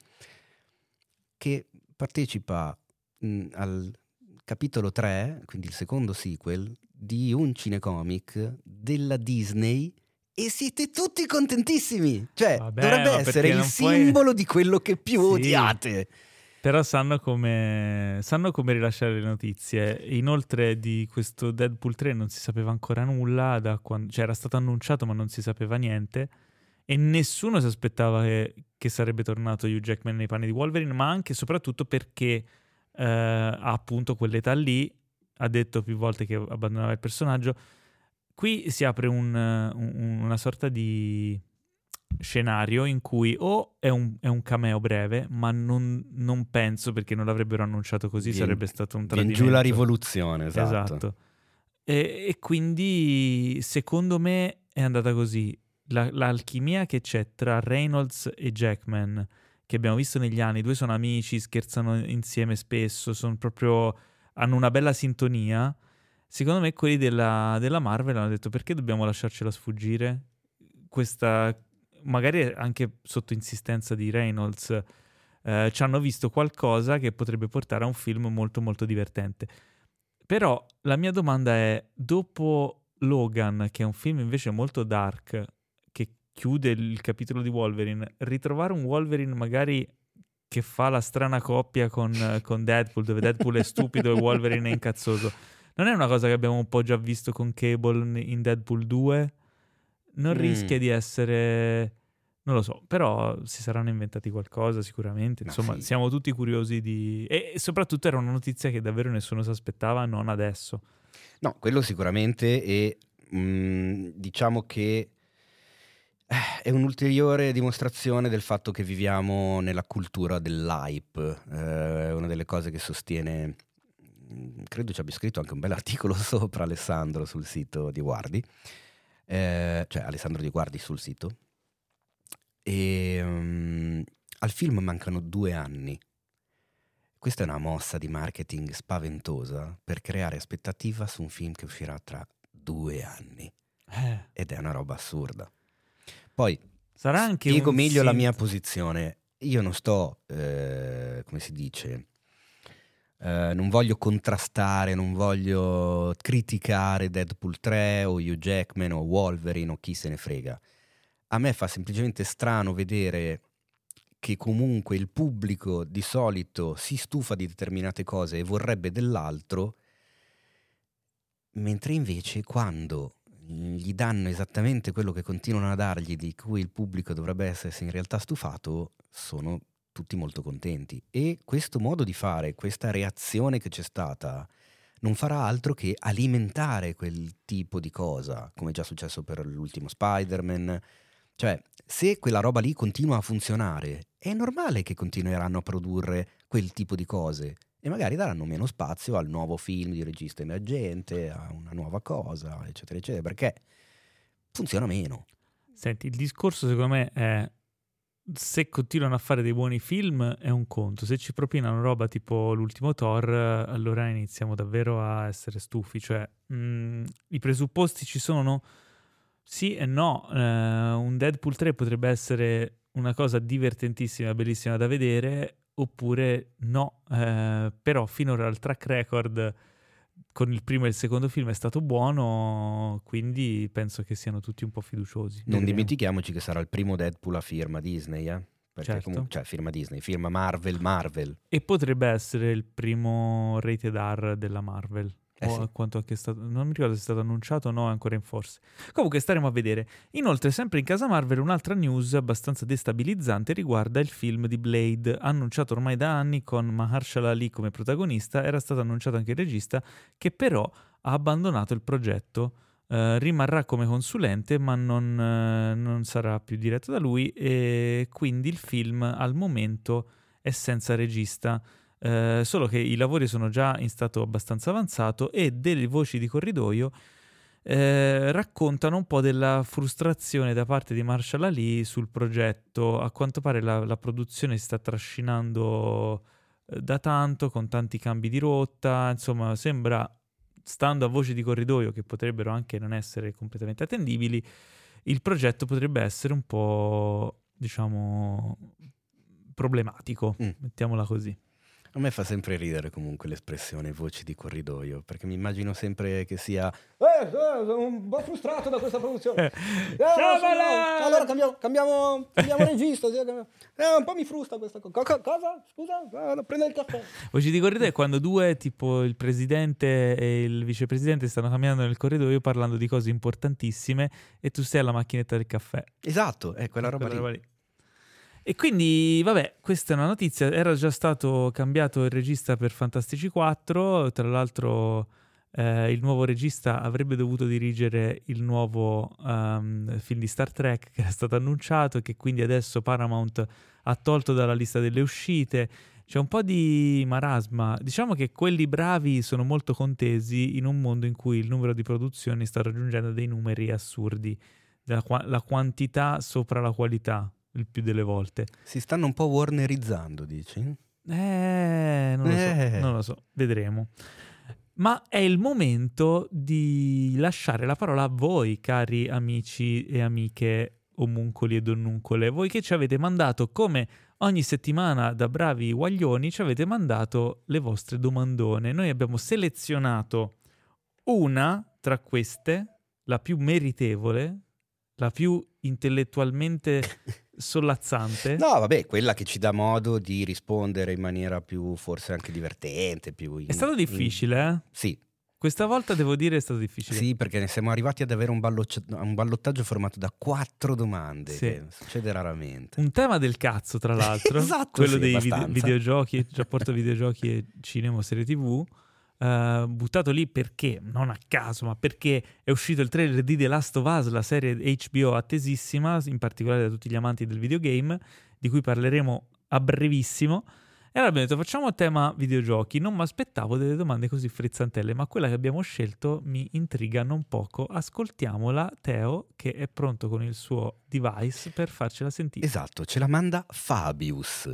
che partecipa mh, al capitolo tre, quindi il secondo sequel, di un cinecomic della Disney. E siete tutti contentissimi! Cioè, Vabbè, dovrebbe ma essere perché il non puoi- simbolo di quello che più Sì. odiate. Però sanno come, sanno come rilasciare le notizie. Inoltre di questo Deadpool tre non si sapeva ancora nulla, da quando, cioè era stato annunciato ma non si sapeva niente e nessuno si aspettava che, che sarebbe tornato Hugh Jackman nei panni di Wolverine, ma anche e soprattutto perché eh, ha appunto quell'età lì, ha detto più volte che abbandonava il personaggio. Qui si apre un, un- una sorta di scenario in cui o è un, è un cameo breve, ma non, non penso perché non l'avrebbero annunciato così, Vien- sarebbe stato un Vien tradimento. giù la rivoluzione, esatto. Esatto. E, e quindi secondo me è andata così. La- l'alchimia che c'è tra Reynolds e Jackman, che abbiamo visto negli anni, i due sono amici, scherzano insieme spesso, sono proprio, hanno una bella sintonia. Secondo me quelli della, della Marvel hanno detto perché dobbiamo lasciarcela sfuggire? Questa, magari anche sotto insistenza di Reynolds, eh, ci hanno visto qualcosa che potrebbe portare a un film molto molto divertente. Però la mia domanda è, dopo Logan, che è un film invece molto dark, che chiude il capitolo di Wolverine, ritrovare un Wolverine magari che fa la strana coppia con, con Deadpool, dove Deadpool è stupido e Wolverine è incazzoso, non è una cosa che abbiamo un po' già visto con Cable in Deadpool due? Non Mm. rischia di essere... Non lo so, però si saranno inventati qualcosa sicuramente. Ma Insomma, sì. siamo tutti curiosi di... E soprattutto era una notizia che davvero nessuno si aspettava, non adesso. No, quello sicuramente e mh, diciamo che eh, è un'ulteriore dimostrazione del fatto che viviamo nella cultura dell'hype. Eh, è una delle cose che sostiene, mh, credo ci abbia scritto anche un bel articolo sopra Alessandro sul sito di Guardi, eh, cioè Alessandro Di Guardi sul sito. E mh, al film mancano due anni. Questa è una mossa di marketing spaventosa per creare aspettativa su un film che uscirà tra due anni. Eh, Ed è una roba assurda. Poi sarà anche spiego un meglio la synth- mia posizione. Io non sto, eh, come si dice, eh, non voglio contrastare, non voglio criticare Deadpool tre o Hugh Jackman o Wolverine o chi se ne frega. A me fa semplicemente strano vedere che comunque il pubblico di solito si stufa di determinate cose e vorrebbe dell'altro, mentre invece quando gli danno esattamente quello che continuano a dargli, di cui il pubblico dovrebbe essersi in realtà stufato, sono tutti molto contenti. E questo modo di fare, questa reazione che c'è stata, non farà altro che alimentare quel tipo di cosa, come è già successo per l'ultimo Spider-Man. Cioè, se quella roba lì continua a funzionare, è normale che continueranno a produrre quel tipo di cose e magari daranno meno spazio al nuovo film di regista emergente, a una nuova cosa, eccetera, eccetera, perché funziona meno. Senti, il discorso secondo me è se continuano a fare dei buoni film è un conto, se ci propinano roba tipo l'ultimo Thor, allora iniziamo davvero a essere stufi, cioè mh, i presupposti ci sono, sì e no. Eh, un Deadpool tre potrebbe essere una cosa divertentissima, bellissima da vedere, oppure no. Eh, però finora il track record con il primo e il secondo film è stato buono, quindi penso che siano tutti un po' fiduciosi. Non Vedremo. dimentichiamoci che sarà il primo Deadpool a firma Disney, eh? Perché Certo. comunque, cioè firma Disney, firma Marvel, Marvel. E potrebbe essere il primo rated R della Marvel. Eh o sì. a quanto anche stato, non mi ricordo se è stato annunciato o no, è ancora in forse. Comunque staremo a vedere. Inoltre, sempre in casa Marvel, un'altra news abbastanza destabilizzante riguarda il film di Blade, annunciato ormai da anni con Mahershala Ali come protagonista. Era stato annunciato anche il regista, che però ha abbandonato il progetto. Uh, rimarrà come consulente, ma non, uh, non sarà più diretto da lui, e quindi il film al momento è senza regista. Uh, solo che i lavori sono già in stato abbastanza avanzato e delle voci di corridoio eh, raccontano un po' della frustrazione da parte di Mahershala Ali sul progetto. A quanto pare la, la produzione si sta trascinando eh, da tanto, con tanti cambi di rotta, insomma sembra, stando a voci di corridoio che potrebbero anche non essere completamente attendibili, il progetto potrebbe essere un po', diciamo, problematico, mm. mettiamola così. A me fa sempre ridere comunque l'espressione voci di corridoio, perché mi immagino sempre che sia eh, eh, sono un po' frustrato da questa produzione. Eh, no, allora cambiamo, cambiamo, cambiamo regista. Eh, un po' mi frustra questa cosa. Co- cosa? Scusa? Eh, prendo il caffè. Voci di corridoio è quando due, tipo il presidente e il vicepresidente, stanno camminando nel corridoio parlando di cose importantissime e tu sei alla macchinetta del caffè. Esatto, è quella roba, quella lì. roba lì. E quindi, vabbè, questa è una notizia. Era già stato cambiato il regista per Fantastici quattro. Tra l'altro, eh, il nuovo regista avrebbe dovuto dirigere il nuovo um, film di Star Trek che era stato annunciato e che quindi adesso Paramount ha tolto dalla lista delle uscite. C'è un po' di marasma. Diciamo che quelli bravi sono molto contesi in un mondo in cui il numero di produzioni sta raggiungendo dei numeri assurdi. La, la quantità sopra la qualità. Il più delle volte. Si stanno un po' warnerizzando, dici? Eh, non lo eh. so, non lo so, vedremo. Ma è il momento di lasciare la parola a voi, cari amici e amiche omuncoli e donnuncole. Voi che ci avete mandato, come ogni settimana da bravi guaglioni, ci avete mandato le vostre domandone. Noi abbiamo selezionato una tra queste, la più meritevole, la più intellettualmente sollazzante. No, vabbè, quella che ci dà modo di rispondere in maniera più, forse anche divertente, più in, è stato difficile, in... eh? Sì. Questa volta devo dire è stato difficile. Sì, perché siamo arrivati ad avere un, ballocci... un ballottaggio formato da quattro domande, sì. Che succede raramente. Un tema del cazzo, tra l'altro. Esatto, quello sì, dei abbastanza. vide- videogiochi, rapporto videogiochi e cinema o serie tv. Uh, buttato lì perché, non a caso, ma perché è uscito il trailer di The Last of Us, la serie H B O attesissima, in particolare da tutti gli amanti del videogame, di cui parleremo a brevissimo. E allora abbiamo detto, facciamo tema videogiochi. Non mi aspettavo delle domande così frizzantelle, ma quella che abbiamo scelto mi intriga non poco. Ascoltiamola, Teo, che è pronto con il suo device per farcela sentire. Esatto, ce la manda Fabius.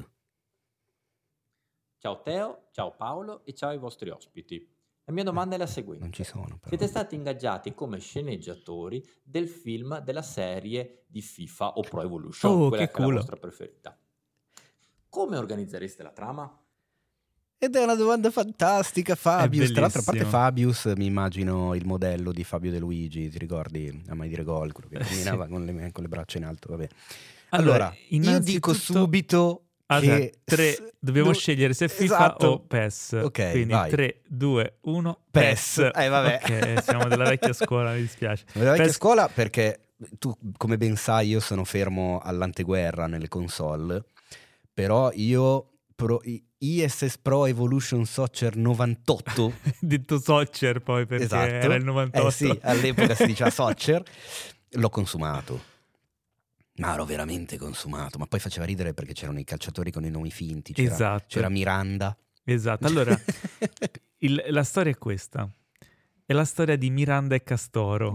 Ciao Teo, ciao Paolo e ciao ai vostri ospiti. La mia domanda è la seguente. Non ci sono, però. Siete stati ingaggiati come sceneggiatori del film della serie di FIFA o Pro Evolution, oh, quella che che è culo. la vostra preferita. Come organizzereste la trama? Ed è una domanda fantastica, Fabius. Tra l'altra, a parte bellissimo. Fabius, mi immagino il modello di Fabio De Luigi, ti ricordi? A mai dire gol, quello che camminava sì. con, le, con le braccia in alto, vabbè. Allora, Allora, io dico subito Ah, che... tre, dobbiamo du... scegliere se FIFA esatto. o P E S. Ok, quindi vai. tre, due, uno, P P E E S. S. Eh, vabbè. Ok, siamo della vecchia scuola, mi dispiace. Della vecchia P E S... scuola perché tu, come ben sai, io sono fermo all'anteguerra nelle console, però io... Pro, I S S Pro Evolution Soccer novantotto detto Soccer poi perché esatto. era il novantotto. Eh sì, all'epoca si diceva Soccer. L'ho consumato, ma ero veramente consumato. Ma poi faceva ridere perché c'erano i calciatori con i nomi finti, c'era, Esatto. c'era Miranda. Esatto, allora il, la storia è questa, è la storia di Miranda e Castoro.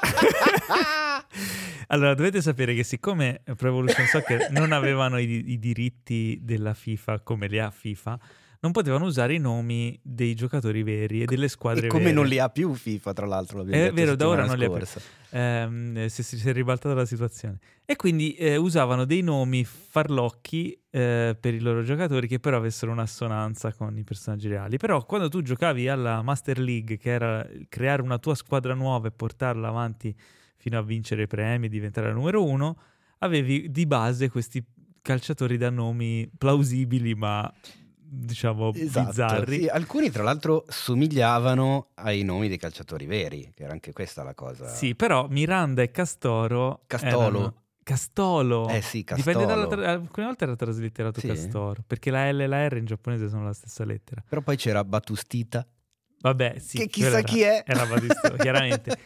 Allora, dovete sapere che siccome Pro Evolution Soccer non avevano i, i diritti della FIFA come li ha FIFA, non potevano usare i nomi dei giocatori veri e delle squadre E come vere. non li ha più FIFA, tra l'altro. l'abbiamo È detto vero, da ora non settimana li ha più. scorsa. Ehm, si, si è ribaltata la situazione. E quindi eh, usavano dei nomi farlocchi eh, per i loro giocatori che però avessero un'assonanza con i personaggi reali. Però quando tu giocavi alla Master League, che era creare una tua squadra nuova e portarla avanti fino a vincere premi e diventare la numero uno, avevi di base questi calciatori da nomi plausibili ma diciamo Esatto, bizzarri. sì, alcuni tra l'altro somigliavano ai nomi dei calciatori veri, che era anche questa la cosa. Sì, però Miranda e Castoro Castolo. erano... Castolo. Eh sì, Dipende dalla Castolo. tra- alcune volte era traslitterato Sì. Castoro, perché la L e la R in giapponese sono la stessa lettera. Però poi c'era Batustita, Vabbè, sì. che chissà quella chi era, è. Era Battisto, chiaramente.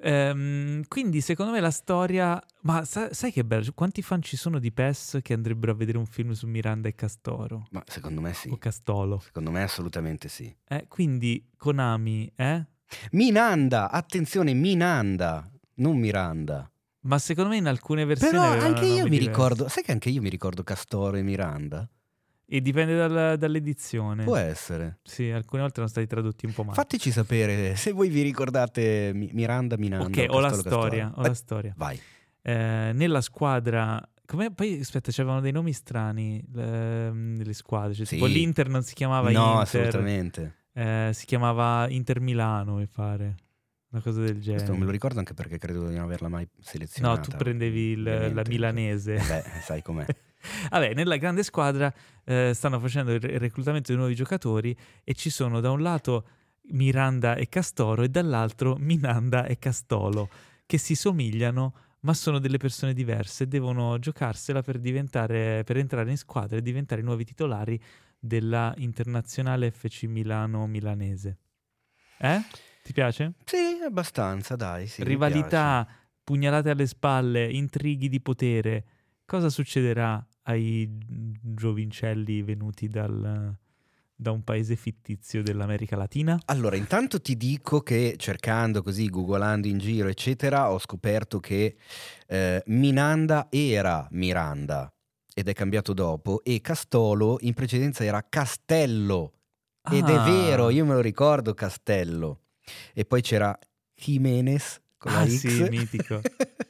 Ehm, quindi secondo me la storia... Ma sa- sai che bello? Quanti fan ci sono di P E S che andrebbero a vedere un film su Miranda e Castoro? Ma secondo me sì, O Castolo. secondo me assolutamente sì. Eh, quindi Konami, eh? Minanda, attenzione, Minanda, non Miranda. Ma secondo me in alcune versioni Però avevano anche io nomi mi diversi. ricordo, sai che anche io mi ricordo Castoro e Miranda? E dipende dal- dall'edizione. Può essere. Sì, alcune volte sono stati tradotti un po' male. Fateci sapere se voi vi ricordate Mi- Miranda, Minanda. Ok, o ho la Castoro, storia, Castoro. ho la Eh, storia. Vai. Eh, nella squadra... Come, poi aspetta, c'erano dei nomi strani le, le squadre. Cioè, Sì. tipo l'Inter non si chiamava No, Inter. assolutamente. eh, si chiamava Inter Milano, mi pare. Una cosa del genere. Questo non me lo ricordo anche perché credo di non averla mai selezionata. No, tu prendevi il- la ovviamente. milanese. Beh, sai com'è. Vabbè, nella grande squadra eh, stanno facendo il il reclutamento di nuovi giocatori e ci sono da un lato Miranda e Castoro e dall'altro Minanda e Castolo, che si somigliano ma sono delle persone diverse e devono giocarsela per diventare, per entrare in squadra e diventare i nuovi titolari della internazionale F C Milano milanese. Eh? Ti piace? Sì, abbastanza, dai. Sì, mi Rivalità, piace. pugnalate alle spalle, intrighi di potere. Cosa succederà ai giovincelli venuti dal, da un paese fittizio dell'America Latina? Allora, intanto ti dico che cercando così, googolando in giro, eccetera, ho scoperto che eh, Minanda era Miranda ed è cambiato dopo, e Castolo in precedenza era Castello. Ed è Ah. vero, io me lo ricordo Castello. E poi c'era Jimenez con la Ah, X. sì, mitico.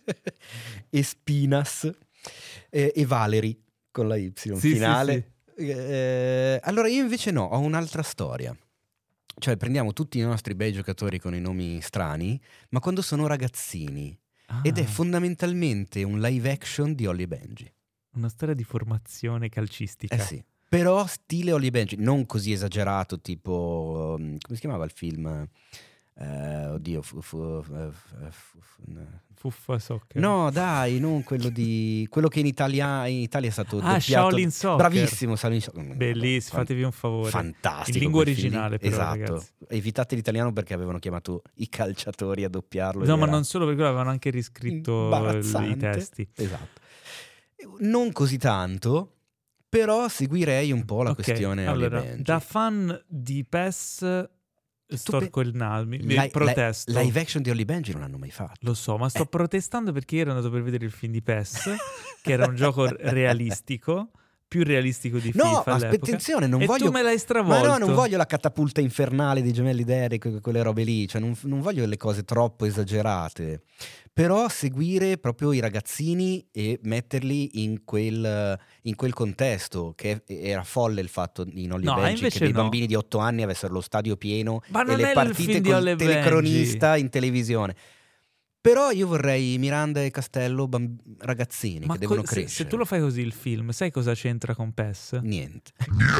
E Spinas e, e Valery con la Y Sì, sì, finale. Eh, allora io invece no, ho un'altra storia. Cioè prendiamo tutti i nostri bei giocatori con i nomi strani, ma quando sono ragazzini. Ah, Ed è fondamentalmente un live action di Holly e Benji. una storia di formazione calcistica. Eh sì. Però stile Holly e Benji, non così esagerato, tipo... um, come si chiamava il film? Eh, oddio, fu, fu, fu, fu, fu, no. Fuffa soccer. No, dai, non quello di quello che in Italia, in Italia è stato Ah, doppiato. Shaolin Soccer. Bravissimo, Shaolin Soccer. Bellissimo, Fan- fatevi un favore. Fantastico. In lingua quel film lì. originale, però, esatto. ragazzi. Evitate l'italiano perché avevano chiamato i calciatori a doppiarlo. No, ed ma era non solo perché avevano anche riscritto imbarazzante. i testi. Esatto. Non così tanto, però seguirei un po' la Ok, questione Holly e allora, Benji. da fan di P E S storco il naso, mi, mi Li- protesto. li- live action di Holly e Benji non l'hanno mai fatto. Lo so, ma sto Eh. protestando perché io ero andato per vedere il film di P E S, che era un gioco realistico, più realistico di No, FIFA ma all'epoca. attenzione, non e voglio... tu me l'hai stravolto. Ma no, non voglio la catapulta infernale dei gemelli Derek, que- quelle robe lì, cioè non, non voglio le cose troppo esagerate, però seguire proprio i ragazzini e metterli in quel, in quel contesto, che era folle il fatto in Holly e No, Benji invece che dei no. bambini di otto anni avessero lo stadio pieno Ma e non è le il partite film di Holly col e Benji. telecronista in televisione. Però io vorrei Miranda e Castello bamb- ragazzini Ma che devono co- se, crescere. se tu lo fai così il film, sai cosa c'entra con P E S? Niente.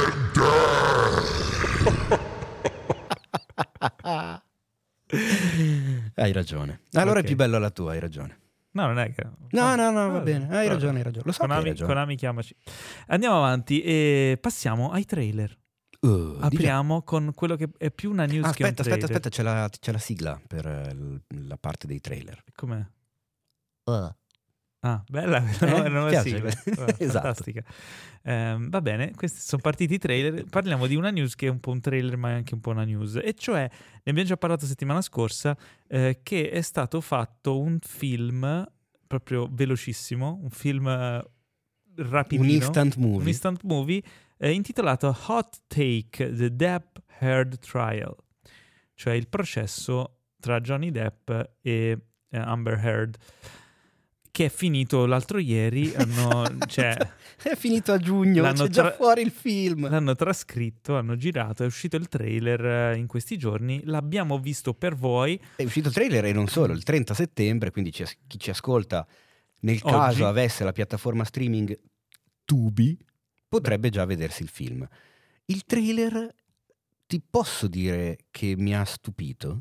Hai ragione. Allora Ok. è più bella la tua, hai ragione. No, non è che... No, no, no, va Ah, bene. Hai vabbè. ragione, hai ragione. Lo so che hai Konami, ragione. Konami, chiamaci. Andiamo avanti e passiamo ai trailer. Uh, di- Apriamo con quello che è più una news Ah, che un aspetta, trailer. aspetta, aspetta, c'è la, c'è la sigla per eh, l- la parte dei trailer. Com'è? Ah, bella, Eh, la nuova piace? sigla. Oh, Esatto. Fantastica. Ehm, va bene, questi sono partiti i trailer. Parliamo di una news che è un po' un trailer, ma è anche un po' una news. E cioè, ne abbiamo già parlato settimana scorsa, eh, che è stato fatto un film proprio velocissimo, un film eh, rapidino. Un instant movie. Un instant movie eh, intitolato Hot Take: The Depp Heard Trial, cioè il processo tra Johnny Depp e eh, Amber Heard, che è finito l'altro ieri. Hanno, cioè, è finito a giugno, l'hanno c'è già tra- fuori il film. L'hanno trascritto, hanno girato, è uscito il trailer in questi giorni, l'abbiamo visto per voi. È uscito il trailer e non solo, il trenta settembre, quindi ci, chi ci ascolta nel Oggi. caso avesse la piattaforma streaming Tubi, potrebbe già vedersi il film. Il trailer, ti posso dire che mi ha stupito?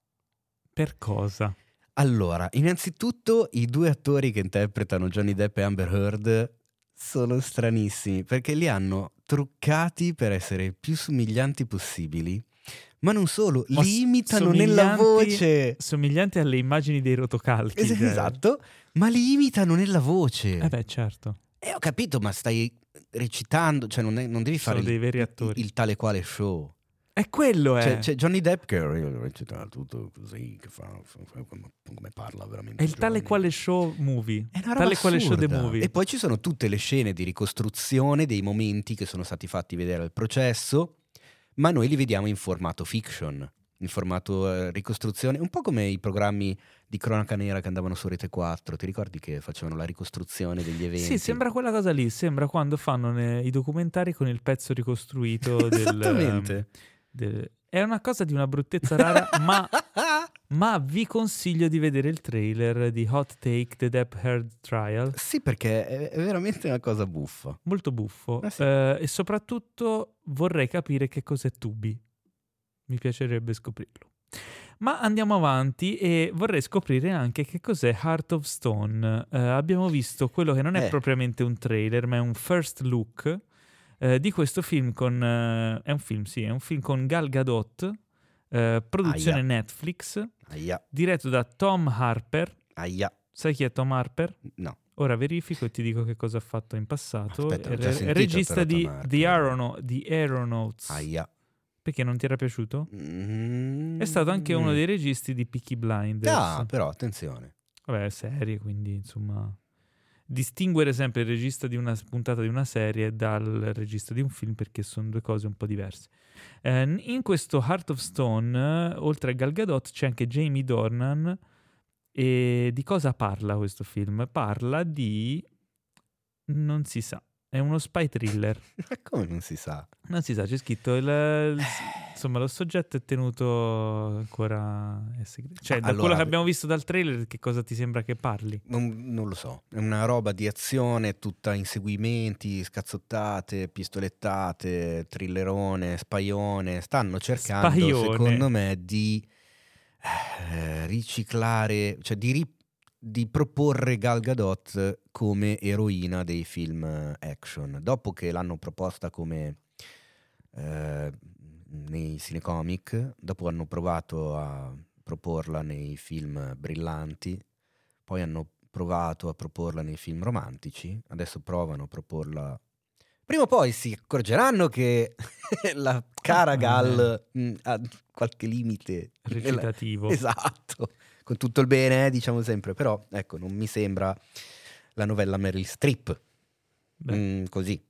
Per cosa? Allora, innanzitutto i due attori che interpretano Johnny Depp e Amber Heard sono stranissimi, perché li hanno truccati per essere più somiglianti possibili, ma non solo, Ma li imitano somiglianti- nella voce. Somiglianti alle immagini dei rotocalchi. Es- cioè. esatto, ma li imitano nella voce. Eh beh, certo. E ho capito, ma stai recitando, cioè non, è- non devi Sono fare dei il, veri il- attori. il tale quale show. È quello, è. C'è, c'è Johnny Depp che recita tutto così, che fa, fa- fa- come, come parla veramente. È il tale Johnny. quale show movie. È una roba Tale quale show the assurda. movie. E poi ci sono tutte le scene di ricostruzione dei momenti che sono stati fatti vedere al processo, ma noi li vediamo in formato fiction, in formato eh, ricostruzione, un po' come i programmi di cronaca nera che andavano su Rete quattro. Ti ricordi che facevano la ricostruzione degli eventi? Sì, sembra quella cosa lì. Sembra quando fanno ne- i documentari con il pezzo ricostruito del... Esattamente. del- È una cosa di una bruttezza rara, ma... Ma vi consiglio di vedere il trailer di Hot Take: The Depp Heard Trial. Sì, perché è, è veramente una cosa buffa. Molto buffo. Ah, sì. Eh, e soprattutto vorrei capire che cos'è Tubi. Mi piacerebbe scoprirlo. Ma andiamo avanti e vorrei scoprire anche che cos'è Heart of Stone. Eh, abbiamo visto quello che non è Eh. propriamente un trailer, ma è un first look eh, di questo film con... eh, è un film, sì, è un film con Gal Gadot, eh, produzione Aia. Netflix, Aia, diretto da Tom Harper. aia, Sai chi è Tom Harper? no. Ora verifico e ti dico che cosa ha fatto in passato. Aspetta, è l'ho già è sentito, regista però, di Tom Harper. The, Aerono- The Aeronauts. Aia. Perché non ti era piaciuto? Mm. È stato anche uno dei registi di Peaky Blinders. Ah, però attenzione. Vabbè, è serie, quindi insomma... Distinguere sempre il regista di una puntata di una serie dal regista di un film, perché sono due cose un po' diverse. Eh, in questo Heart of Stone, eh, oltre a Gal Gadot, c'è anche Jamie Dornan. E di cosa parla questo film? Parla di... non si sa. È uno spy thriller. Ma come non si sa? Non si sa, c'è scritto il, il- insomma, lo soggetto è tenuto ancora è segreto. Cioè, da Allora, quello che abbiamo visto dal trailer, che cosa ti sembra che parli? Non, non lo so. È una roba di azione, tutta inseguimenti, scazzottate, pistolettate, thrillerone, spaione. Stanno cercando, Spaione. secondo me, di eh, riciclare, cioè di, ri- di proporre Gal Gadot come eroina dei film eh, action. Dopo che l'hanno proposta come eh, nei cinecomic, dopo hanno provato a proporla nei film brillanti, poi hanno provato a proporla nei film romantici, adesso provano a proporla. Prima o poi si accorgeranno che la cara Gal mh, ha qualche limite Recitativo. Esatto, con tutto il bene, eh, diciamo sempre, però ecco, non mi sembra la novella Meryl Streep. Beh. Mm, così.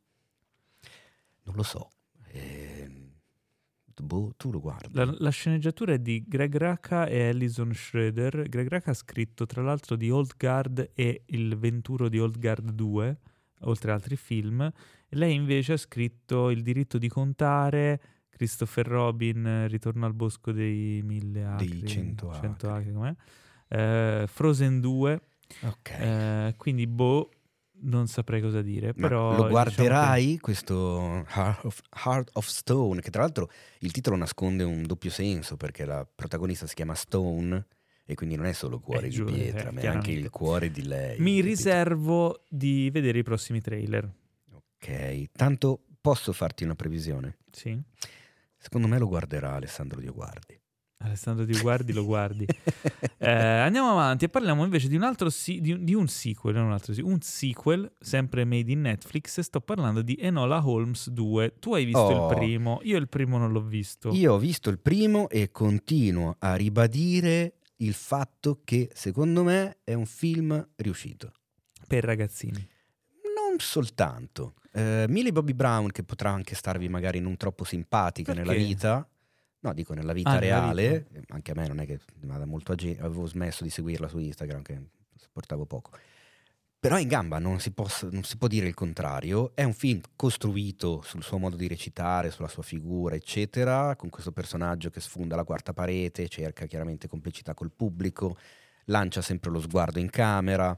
Non lo so. Ehm, boh, tu lo guardi. La, la sceneggiatura è di Greg Rucka e Alison Schroeder. Greg Rucka ha scritto tra l'altro di Old Guard e Il Venturo di Old Guard due, oltre ad altri film. Lei invece ha scritto Il diritto di contare, Christopher Robin, Ritorno al bosco dei mille acri, Dei cento acri. acri com'è? Eh, Frozen due, Ok. eh, quindi boh, non saprei cosa dire, Ma però lo diciamo guarderai questo Heart of, Heart of Stone, che tra l'altro il titolo nasconde un doppio senso, perché la protagonista si chiama Stone e quindi non è solo cuore Eh, di giù, pietra, eh, ma è anche chiaramente. il cuore di lei. che mi capito? riservo di vedere i prossimi trailer. Ok, tanto posso farti una previsione? Sì. Secondo me lo guarderà Alessandro Dioguardi. Alessandro Di Guardi lo guardi. Eh, andiamo avanti e parliamo invece di un altro si- di, un- di un sequel, non un altro si- un sequel sempre made in Netflix. Sto parlando di Enola Holmes due. Tu hai visto Oh. il primo, io il primo non l'ho visto. Io ho visto il primo e continuo a ribadire il fatto che secondo me è un film riuscito. Per ragazzini. Non soltanto. Uh, Millie Bobby Brown, che potrà anche starvi magari non troppo simpatica Perché? nella vita. No, dico nella vita Ah, nella reale. vita. Anche a me non è che vada molto a gen- avevo smesso di seguirla su Instagram, che supportavo poco. Però è in gamba, non si, posso, non si può dire il contrario. È un film costruito sul suo modo di recitare, sulla sua figura, eccetera, con questo personaggio che sfonda la quarta parete, cerca chiaramente complicità col pubblico, lancia sempre lo sguardo in camera.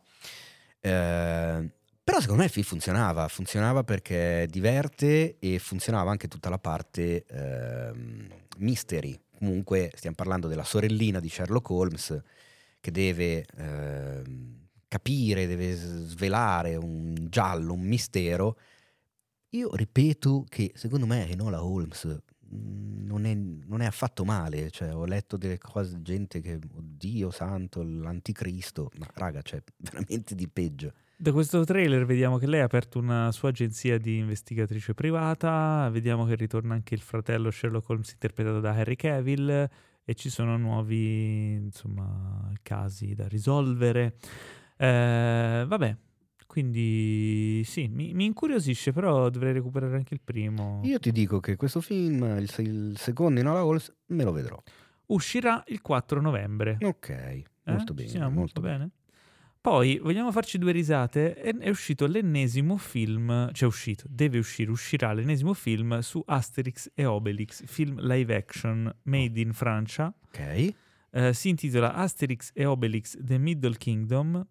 Eh, però secondo me il film funzionava, funzionava perché diverte e funzionava anche tutta la parte ehm, mystery. Comunque stiamo parlando della sorellina di Sherlock Holmes che deve... Ehm, capire, deve svelare un giallo, un mistero. Io ripeto che secondo me Enola Holmes non è, non è affatto male, cioè ho letto delle cose, gente che, oddio santo, l'anticristo, ma raga, c'è veramente di peggio. Da questo trailer vediamo che lei ha aperto una sua agenzia di investigatrice privata, vediamo che ritorna anche il fratello Sherlock Holmes interpretato da Henry Cavill e ci sono nuovi, insomma, casi da risolvere. Eh, vabbè, quindi sì, mi, mi incuriosisce, però dovrei recuperare anche il primo. Io ti dico che questo film, il, il secondo Enola Holmes, me lo vedrò. Uscirà il quattro novembre. Ok, molto eh? bene. Ci siamo? Molto Va bene. bene. Poi vogliamo farci due risate. È, è uscito l'ennesimo film, cioè è uscito, deve uscire, uscirà l'ennesimo film su Asterix e Obelix, film live action made in Francia. Ok. Eh, si intitola Asterix e Obelix The Middle Kingdom.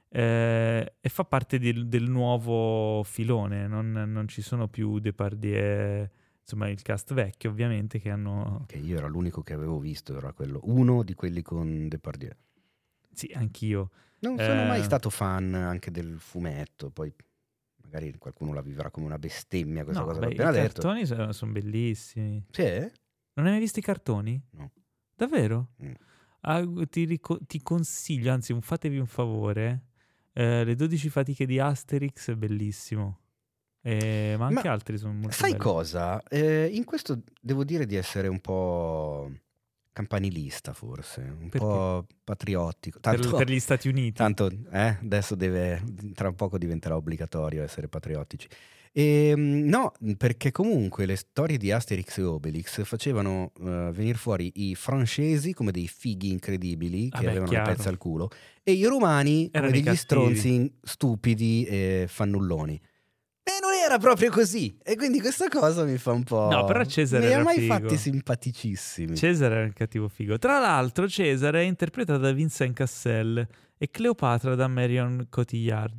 Eh, e fa parte del, del nuovo filone, non, non ci sono più Depardieu, insomma il cast vecchio ovviamente che hanno... Che io era l'unico che avevo visto, era quello, uno di quelli con Depardieu. Sì, anch'io. Non sono Eh, mai stato fan anche del fumetto, poi magari qualcuno la vivrà come una bestemmia questa no, cosa beh, che ho i appena detto. cartoni sono, sono bellissimi. Sì? Non hai mai visto i cartoni? No. Davvero? Mm. Ah, ti, rico- ti consiglio, anzi un, fatevi un favore, eh, le dodici fatiche di Asterix è bellissimo. Eh, ma anche Ma altri sono molto sai belli. cosa? Eh, in questo devo dire di essere un po' campanilista forse, un Perché? po' patriottico. Per, Tanto, per gli Stati Uniti. tanto eh, adesso deve, tra un poco diventerà obbligatorio essere patriottici. E, no, perché comunque le storie di Asterix e Obelix facevano uh, venire fuori i francesi come dei fighi incredibili che Vabbè, avevano chiaro. le pezze al culo e i romani Erano come i degli cattivi. stronzi stupidi e fannulloni. E non era proprio così. E quindi questa cosa mi fa un po'... No, però Cesare mi era ha mai figo. fatti simpaticissimi. Cesare era un cattivo figo. Tra l'altro Cesare è interpretato da Vincent Cassel e Cleopatra da Marion Cotillard.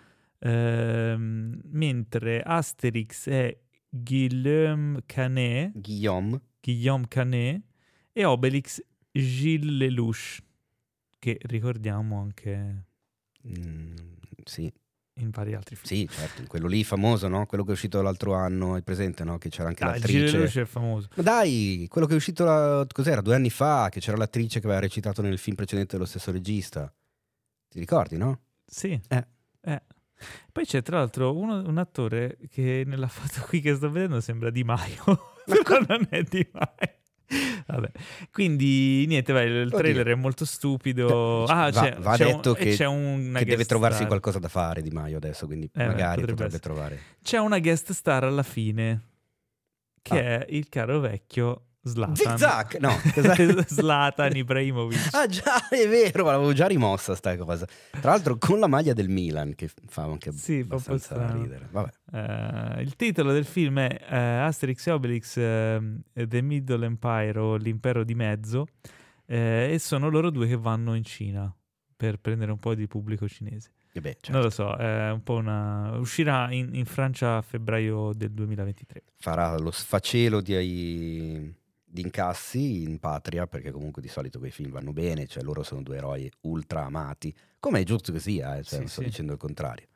Ehm, mentre Asterix è Guillaume Canet, Guillaume. Guillaume Canet e Obelix Gilles Lelouch, che ricordiamo anche Mm, sì, in vari altri film. sì, certo. Quello lì famoso, no? Quello che è uscito l'altro anno, hai presente, no? Che c'era anche Ah, Gilles l'attrice. Lelouch è famoso. Ma dai, quello che è uscito, la... cos'era? Due anni fa, che c'era l'attrice che aveva recitato nel film precedente dello stesso regista. Ti ricordi, no? Sì. Eh. Eh. Poi c'è tra l'altro uno, un attore che nella foto qui che sto vedendo sembra Di Maio, però non è Di Maio. Vabbè. Quindi niente, vai, il Oddio. trailer è molto stupido. Ah, va, c'è, va c'è detto un, e che, c'è una che deve guest trovarsi star. qualcosa da fare Di Maio adesso, quindi Eh, beh, magari potrebbe potrebbe essere. trovare. C'è una guest star alla fine che Ah. è il caro vecchio Zlatan. Zig-zag! No, cos'è? Zlatan Ibrahimovic. Ah già, è vero, l'avevo già rimossa sta cosa. Tra l'altro con la maglia del Milan, che fa anche Sì, fa un po' abbastanza strano. ridere. Vabbè. Uh, il titolo del film è uh, Asterix e Obelix uh, The Middle Empire o l'impero di mezzo uh, e sono loro due che vanno in Cina per prendere un po' di pubblico cinese. E beh, certo. Non lo so, è un po' una... uscirà in, in Francia a febbraio del duemilaventitré. Farà lo sfacelo di, di incassi in patria, perché comunque di solito quei film vanno bene, cioè loro sono due eroi ultra amati, come è giusto che sia, eh, cioè, Sì, non sto sì. dicendo il contrario.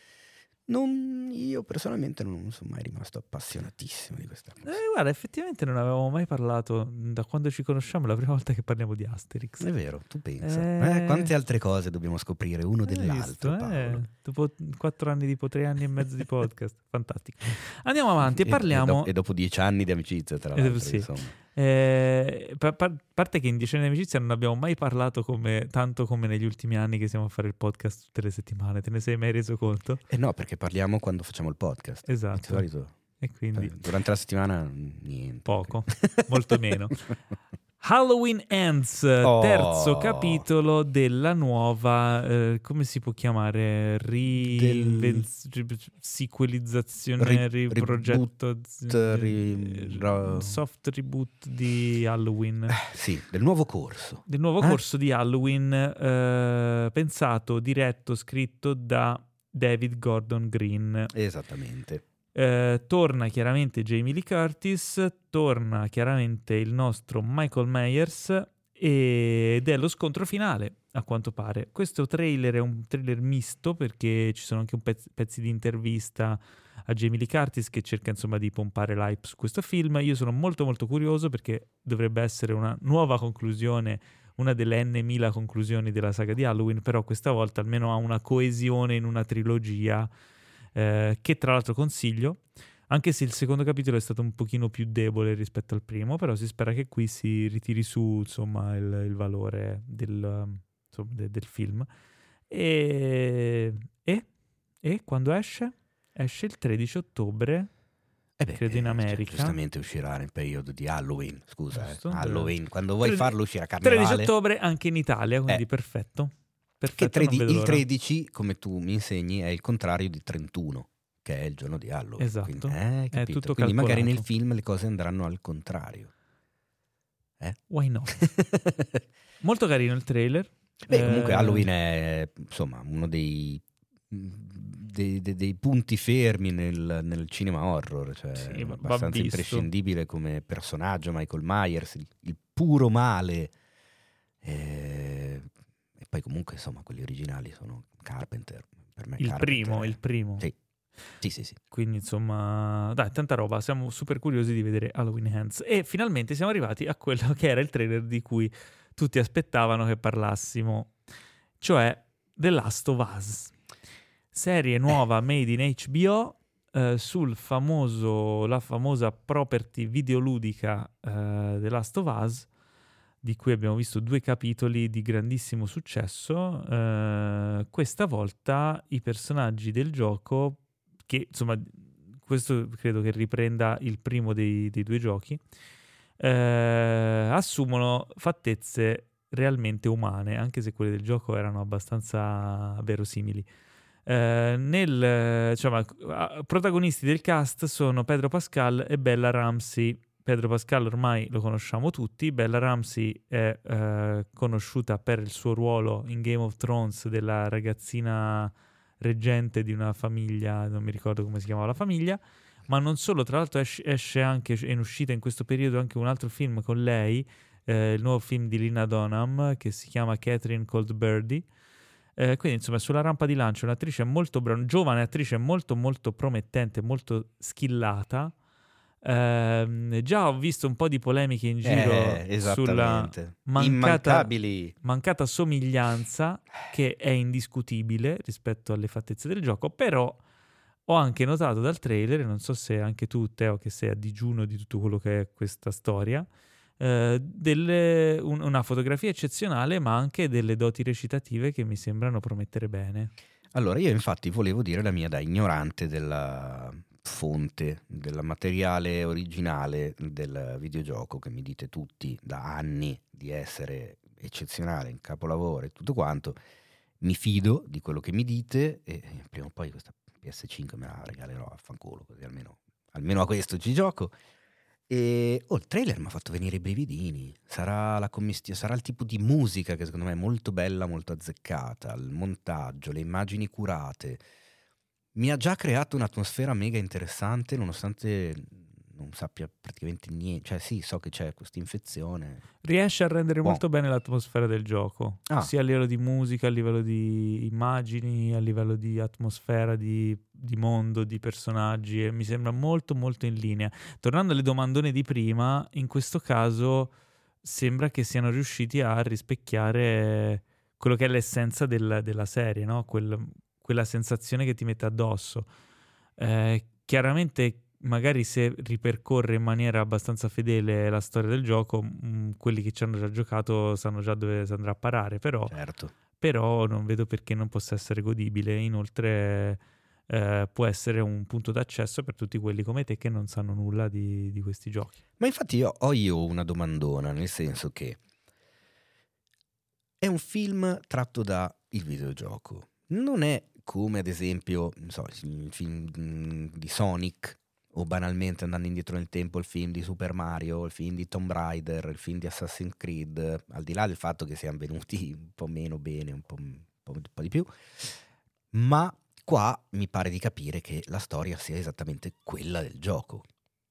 Non, io personalmente non sono mai rimasto appassionatissimo di questa cosa. Eh, guarda, effettivamente non avevamo mai parlato, da quando ci conosciamo, è la prima volta che parliamo di Asterix. È vero, tu pensa. Eh. Eh, quante altre cose dobbiamo scoprire uno Hai dell'altro, visto, Paolo. eh? Dopo quattro anni di, tre anni e mezzo di podcast, fantastico. Andiamo avanti e E- parliamo... E, do- e dopo dieci anni di amicizia, tra E dopo- l'altro, sì. insomma. Eh, a par- parte che in Dieci anni di amicizia non abbiamo mai parlato come, tanto come negli ultimi anni che siamo a fare il podcast tutte le settimane. Te ne sei mai reso conto? Eh no, perché parliamo quando facciamo il podcast. Esatto. Di solito, E quindi cioè, durante la settimana niente. poco, molto meno. Halloween Ends, Oh. terzo capitolo della nuova, eh, come si può chiamare? Ri... Sequelizzazione, Ri- riprogetto, reboot, ri- ra- soft reboot di Halloween. Sì, del nuovo corso. Del nuovo Eh? corso di Halloween, eh, pensato, diretto, scritto da David Gordon Green. Esattamente. Eh, torna chiaramente Jamie Lee Curtis, torna chiaramente il nostro Michael Myers ed è lo scontro finale, a quanto pare. Questo trailer è un trailer misto perché ci sono anche un pezz- pezzi di intervista a Jamie Lee Curtis che cerca insomma di pompare l'hype su questo film. Io sono molto molto curioso perché dovrebbe essere una nuova conclusione, una delle n mila conclusioni della saga di Halloween, però questa volta almeno ha una coesione in una trilogia. Eh, che tra l'altro consiglio, anche se il secondo capitolo è stato un pochino più debole rispetto al primo, però si spera che qui si ritiri su insomma il, il valore del, insomma, de, del film. E, e, e quando esce? Esce il tredici ottobre, Eh beh, credo in eh, America. cioè, giustamente uscirà nel periodo di Halloween, scusa, Giusto. eh. Halloween, quando vuoi Tredi- farlo uscirà Carnevale. tredici ottobre anche in Italia, quindi Eh. perfetto. Che Perfetto, non tredici vedo il l'ora. tredici, come tu mi insegni, è il contrario di trentuno, che è il giorno di Halloween. Esatto. Quindi, eh, capito? tutto Quindi magari calcolato. nel film le cose andranno al contrario. Eh? Why not? Molto carino il trailer. Beh, comunque Eh, Halloween è insomma uno dei, dei, dei- dei punti fermi nel, nel cinema horror, cioè Sì, è va- va abbastanza visto. imprescindibile come personaggio Michael Myers, il, il puro male. Eh, e poi comunque insomma quelli originali sono Carpenter, per me il Carpenter primo, è- il primo. Sì. Sì, sì, sì. Quindi insomma, dai, tanta roba. Siamo super curiosi di vedere Halloween Ends. E finalmente siamo arrivati a quello che era il trailer di cui tutti aspettavano che parlassimo, cioè The Last of Us. Serie nuova made in H B O eh, sul famoso, la famosa property videoludica eh, The Last of Us, di cui abbiamo visto due capitoli di grandissimo successo. Eh, questa volta i personaggi del gioco, che insomma questo credo che riprenda il primo dei, dei due giochi, eh, assumono fattezze realmente umane, anche se quelle del gioco erano abbastanza verosimili. Eh, nel, insomma, protagonisti del cast sono Pedro Pascal e Bella Ramsey. Pedro Pascal ormai lo conosciamo tutti, Bella Ramsey è eh, conosciuta per il suo ruolo in Game of Thrones della ragazzina reggente di una famiglia, non mi ricordo come si chiamava la famiglia, ma non solo, tra l'altro esce, esce anche, è in uscita in questo periodo anche un altro film con lei, eh, il nuovo film di Lena Dunham che si chiama Catherine Cold Birdie. Eh, quindi insomma sulla rampa di lancio un'attrice molto bra- giovane attrice molto molto promettente, molto skillata. Eh, già ho visto un po' di polemiche in giro Eh, sulla esattamente. mancata, Immancabili. mancata somiglianza che è indiscutibile rispetto alle fattezze del gioco, però ho anche notato dal trailer, e non so se anche tu Teo che sei a digiuno di tutto quello che è questa storia, eh, delle, un- una fotografia eccezionale ma anche delle doti recitative che mi sembrano promettere bene. Allora, io infatti volevo dire la mia da ignorante della fonte, del materiale originale del videogioco, che mi dite tutti da anni di essere eccezionale, in capolavoro e tutto quanto. Mi fido di quello che mi dite e prima o poi questa P S cinque me la regalerò a fanculo, così almeno, almeno a questo ci gioco. E oh, il trailer mi ha fatto venire i brividini. Sarà la commestio- sarà il tipo di musica che secondo me è molto bella, molto azzeccata, il montaggio, le immagini curate. Mi ha già creato un'atmosfera mega interessante, nonostante non sappia praticamente niente. Cioè sì, so che c'è questa infezione. Riesce a rendere Buon. molto bene l'atmosfera del gioco, Ah. sia a livello di musica, a livello di immagini, a livello di atmosfera, di, di mondo, di personaggi, e mi sembra molto molto in linea. Tornando alle domandone di prima, in questo caso sembra che siano riusciti a rispecchiare quello che è l'essenza del- della serie, no? Quel- quella sensazione che ti mette addosso. Eh, chiaramente magari se ripercorre in maniera abbastanza fedele la storia del gioco, mh, quelli che ci hanno già giocato sanno già dove si andrà a parare, però, Certo. però non vedo perché non possa essere godibile. Inoltre eh, può essere un punto d'accesso per tutti quelli come te che non sanno nulla di, di questi giochi. Ma infatti io ho io una domandona, nel senso che è un film tratto da il videogioco. Non è come ad esempio, non so, il film mm, di Sonic, o banalmente andando indietro nel tempo il film di Super Mario, il film di Tomb Raider, il film di Assassin's Creed, al di là del fatto che siano venuti un po' meno bene, un po', un po', un po' di più, ma qua mi pare di capire che la storia sia esattamente quella del gioco.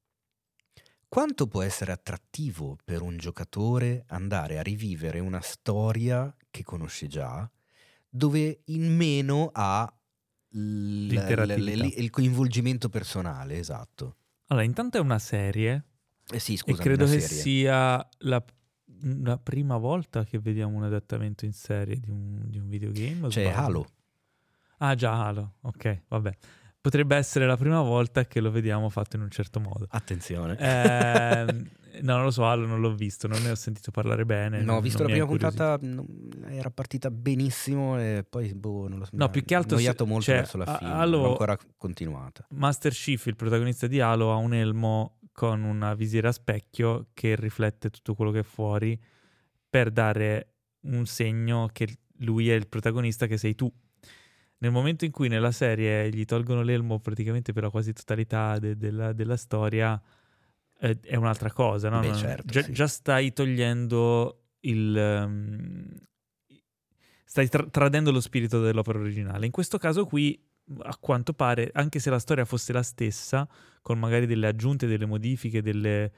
Quanto può essere attrattivo per un giocatore andare a rivivere una storia che conosce già, dove in meno ha l- L'interattività. l- l- il coinvolgimento personale, esatto. Allora, intanto è una serie Eh sì, e scusami, credo una che serie. sia la, la prima volta che vediamo un adattamento in serie di un, di un videogame. o C'è sbaglio? Halo. Ah già, Halo, ok, vabbè. Potrebbe essere la prima volta che lo vediamo fatto in un certo modo. Attenzione. Eh, no, non lo so, Halo non l'ho visto, non ne ho sentito parlare bene. No, non- ho visto non la mi ha prima incuriosito. puntata, no, era partita benissimo e poi boh, non lo so. No, mi più ha che altro annoiato se- molto cioè, verso la a- fine, Halo- l'ho ancora continuata. Master Chief, il protagonista di Halo, ha un elmo con una visiera a specchio che riflette tutto quello che è fuori per dare un segno che lui è il protagonista, che sei tu. Nel momento in cui nella serie gli tolgono l'elmo praticamente per la quasi totalità de- della, della storia, eh, è un'altra cosa, no? Beh, Non- certo, già, sì. già stai togliendo il... um, stai tra- tradendo lo spirito dell'opera originale. In questo caso qui, a quanto pare, anche se la storia fosse la stessa, con magari delle aggiunte, delle modifiche, delle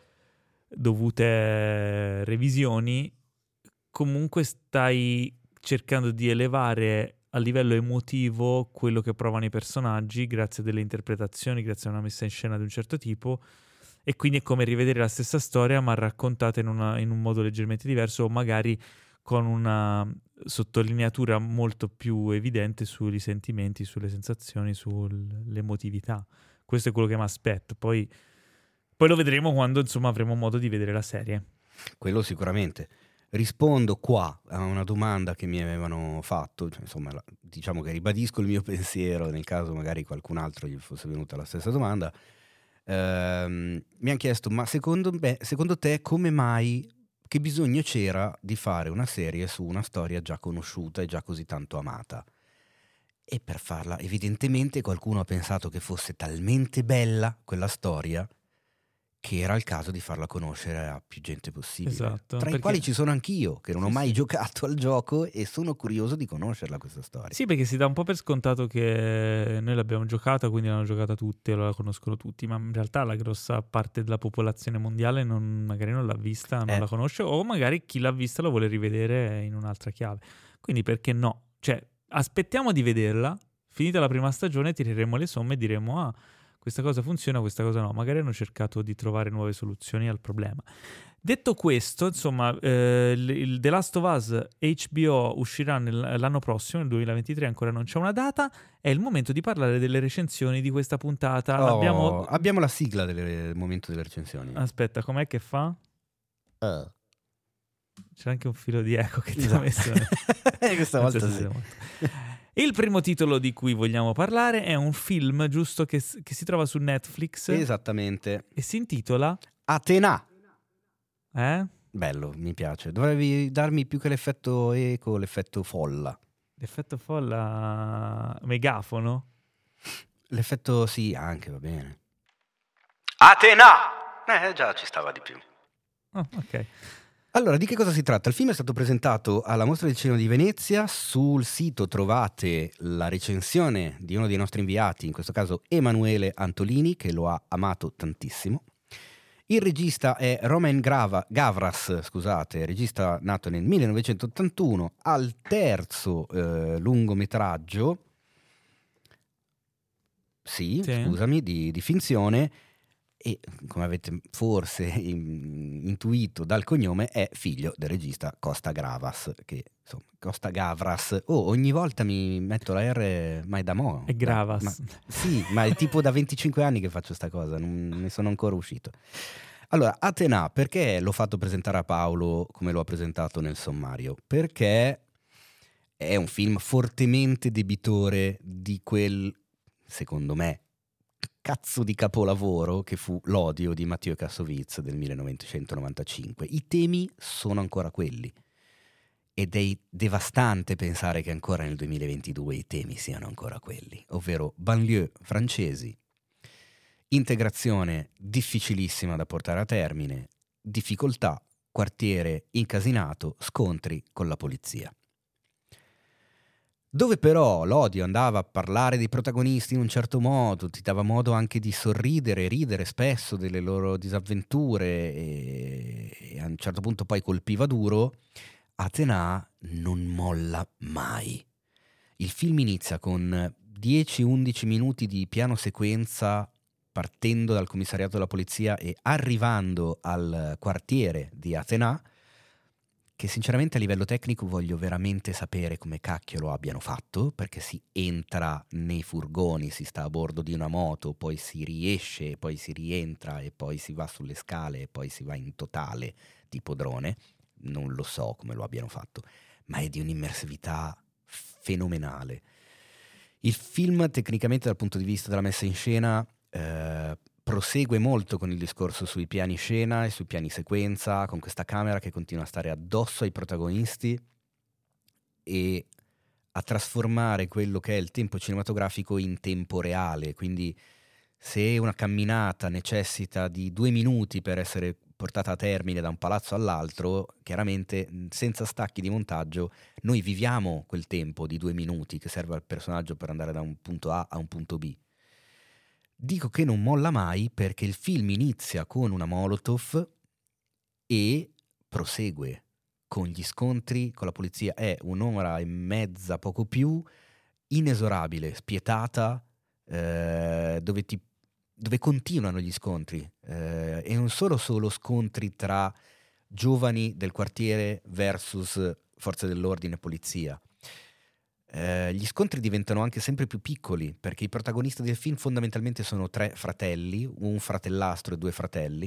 dovute revisioni, comunque stai cercando di elevare a livello emotivo quello che provano i personaggi grazie a delle interpretazioni, grazie a una messa in scena di un certo tipo, e quindi è come rivedere la stessa storia ma raccontata in, una- in un modo leggermente diverso o magari con una sottolineatura molto più evidente sui sentimenti, sulle sensazioni, sull'emotività. Questo è quello che mi aspetto. Poi, poi lo vedremo quando insomma avremo modo di vedere la serie. Quello sicuramente. Rispondo qua a una domanda che mi avevano fatto, cioè, insomma, la- diciamo che ribadisco il mio pensiero nel caso magari qualcun altro gli fosse venuta la stessa domanda. Ehm, mi hanno chiesto, ma secondo, me, secondo te come mai, che bisogno c'era di fare una serie su una storia già conosciuta e già così tanto amata? E per farla, evidentemente qualcuno ha pensato che fosse talmente bella quella storia che era il caso di farla conoscere a più gente possibile. Esatto, Tra i perché- quali ci sono anch'io, che non ho Sì, mai sì. giocato al gioco e sono curioso di conoscerla questa storia. Sì, perché si dà un po' per scontato che noi l'abbiamo giocata, quindi l'hanno giocata tutti e la conoscono tutti, ma in realtà la grossa parte della popolazione mondiale non- magari non l'ha vista, non Eh. la conosce, o magari chi l'ha vista la vuole rivedere in un'altra chiave. Quindi perché no? Cioè, aspettiamo di vederla, finita la prima stagione tireremo le somme e diremo ah, questa cosa funziona, questa cosa no. Magari hanno cercato di trovare nuove soluzioni al problema. Detto questo, insomma, eh, il, il The Last of Us H B O uscirà nel- l'anno prossimo, nel duemilaventitré, ancora non c'è una data. È il momento di parlare delle recensioni di questa puntata. Oh, Abbiamo... abbiamo la sigla del del momento delle recensioni. Aspetta, com'è che fa? Uh. C'è anche un filo di eco che ti Esatto. ho messo. Questa Non volta so se sì. si molto. Il primo titolo di cui vogliamo parlare è un film, giusto, che, s- che si trova su Netflix Esattamente. e si intitola... Atena. Eh? Bello, mi piace. Dovevi darmi più che l'effetto eco, l'effetto folla. L'effetto folla megafono? L'effetto sì, anche va bene. Atena! Eh, già ci stava di più. Oh, ok. Allora, di che cosa si tratta? Il film è stato presentato alla Mostra del Cinema di Venezia. Sul sito trovate la recensione di uno dei nostri inviati, in questo caso Emanuele Antolini, che lo ha amato tantissimo. Il regista è Romain Grava, Gavras, scusate, regista nato nel millenovecentottantuno, al terzo eh, lungometraggio, sì, Sì. scusami, di, di finzione. e, come avete forse in, intuito dal cognome, è figlio del regista Costa Gavras, che insomma, Costa Gavras, oh, ogni volta mi metto la R, ma è da mo'. È Gravas. Da, ma, sì, ma è tipo da venticinque anni che faccio sta cosa, non ne sono ancora uscito. Allora, Athéna, perché l'ho fatto presentare a Paolo come lo ha presentato nel sommario? Perché è un film fortemente debitore di quel, secondo me, cazzo di capolavoro che fu L'odio di Mathieu Kassovitz del millenovecentonovantacinque. I temi sono ancora quelli ed è devastante pensare che ancora nel duemilaventidue i temi siano ancora quelli, ovvero banlieue francesi, integrazione difficilissima da portare a termine, difficoltà, quartiere incasinato, scontri con la polizia. Dove però L'odio andava a parlare dei protagonisti in un certo modo, ti dava modo anche di sorridere e ridere spesso delle loro disavventure e, e a un certo punto poi colpiva duro, Athéna non molla mai. Il film inizia con dieci undici minuti di piano sequenza partendo dal commissariato della polizia e arrivando al quartiere di Athéna, che sinceramente a livello tecnico voglio veramente sapere come cacchio lo abbiano fatto, perché si entra nei furgoni, si sta a bordo di una moto, poi si riesce, poi si rientra e poi si va sulle scale e poi si va in totale tipo drone. Non lo so come lo abbiano fatto, ma è di un'immersività fenomenale. Il film tecnicamente dal punto di vista della messa in scena eh, prosegue molto con il discorso sui piani scena e sui piani sequenza, con questa camera che continua a stare addosso ai protagonisti e a trasformare quello che è il tempo cinematografico in tempo reale. Quindi se una camminata necessita di due minuti per essere portata a termine da un palazzo all'altro, chiaramente senza stacchi di montaggio noi viviamo quel tempo di due minuti che serve al personaggio per andare da un punto A a un punto B. Dico che non molla mai perché il film inizia con una Molotov e prosegue con gli scontri con la polizia. È un'ora e mezza, poco più, inesorabile, spietata, eh, dove, ti, dove continuano gli scontri. Eh, e non solo solo scontri tra giovani del quartiere versus forze dell'ordine e polizia. Eh, gli scontri diventano anche sempre più piccoli perché i protagonisti del film fondamentalmente sono tre fratelli, un fratellastro e due fratelli,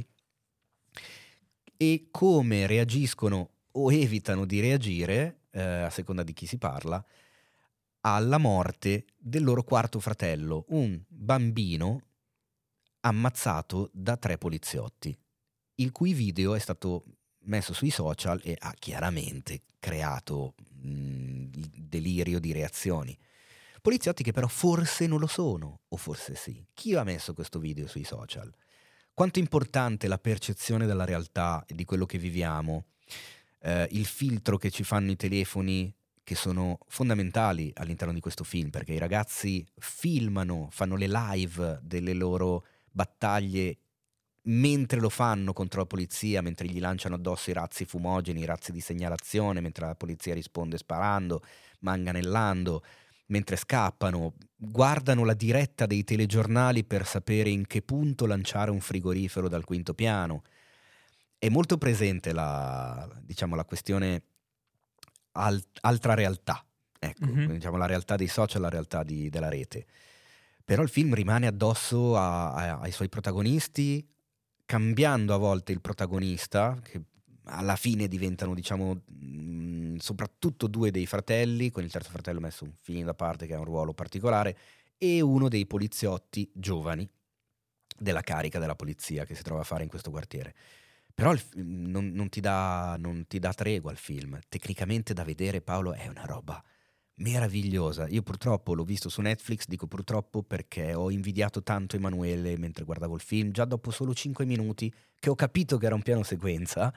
e come reagiscono o evitano di reagire, eh, a seconda di chi si parla, alla morte del loro quarto fratello, un bambino ammazzato da tre poliziotti, il cui video è stato messo sui social e ha chiaramente creato mh, delirio di reazioni. Poliziotti che però forse non lo sono, o forse sì. Chi ha messo questo video sui social? Quanto è importante la percezione della realtà e di quello che viviamo, eh, il filtro che ci fanno i telefoni, che sono fondamentali all'interno di questo film, perché i ragazzi filmano, fanno le live delle loro battaglie mentre lo fanno contro la polizia, mentre gli lanciano addosso i razzi fumogeni, i razzi di segnalazione, mentre la polizia risponde sparando, manganellando, mentre scappano, guardano la diretta dei telegiornali per sapere in che punto lanciare un frigorifero dal quinto piano. È molto presente la, diciamo, la questione alt- altra realtà, ecco, Mhm. diciamo la realtà dei social, la realtà di- della rete. Però il film rimane addosso a- a- ai suoi protagonisti, cambiando a volte il protagonista, che alla fine diventano, diciamo, mh, soprattutto due dei fratelli, con il terzo fratello messo un filino da parte che ha un ruolo particolare, e uno dei poliziotti giovani della carica della polizia che si trova a fare in questo quartiere. Però il, fi- non, non ti dà, non ti dà tregua il film. Tecnicamente da vedere, Paolo, è una roba meravigliosa. Io purtroppo l'ho visto su Netflix, dico purtroppo perché ho invidiato tanto Emanuele mentre guardavo il film, già dopo solo cinque minuti che ho capito che era un piano sequenza,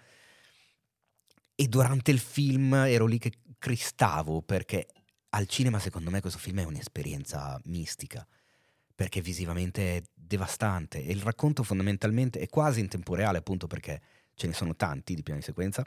e durante il film ero lì che cristavo, perché al cinema secondo me questo film è un'esperienza mistica, perché visivamente è devastante e il racconto fondamentalmente è quasi in tempo reale, appunto perché ce ne sono tanti di piani sequenza.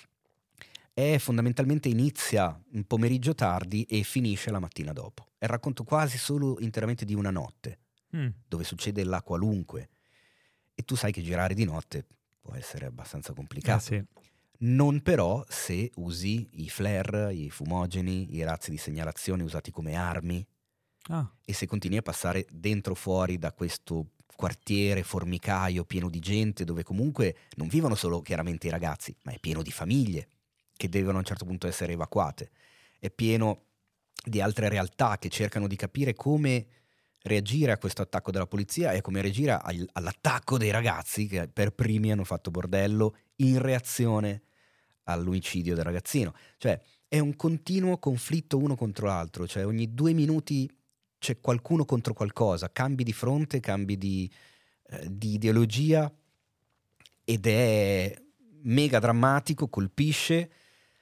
È fondamentalmente inizia un pomeriggio tardi e finisce la mattina dopo. È il racconto quasi solo interamente di una notte, Mm. dove succede la qualunque. e tu sai che girare di notte può essere abbastanza complicato. Ah, sì. Non però se usi i flare, i fumogeni, i razzi di segnalazione usati come armi, Ah, e se continui a passare dentro o fuori da questo quartiere formicaio pieno di gente, dove comunque non vivono solo chiaramente i ragazzi, ma è pieno di famiglie che devono a un certo punto essere evacuate, è pieno di altre realtà che cercano di capire come reagire a questo attacco della polizia e come reagire al- all'attacco dei ragazzi che per primi hanno fatto bordello in reazione all'omicidio del ragazzino. Cioè è un continuo conflitto uno contro l'altro, cioè ogni due minuti c'è qualcuno contro qualcosa, cambi di fronte, cambi di, eh, di ideologia, ed è mega drammatico, colpisce.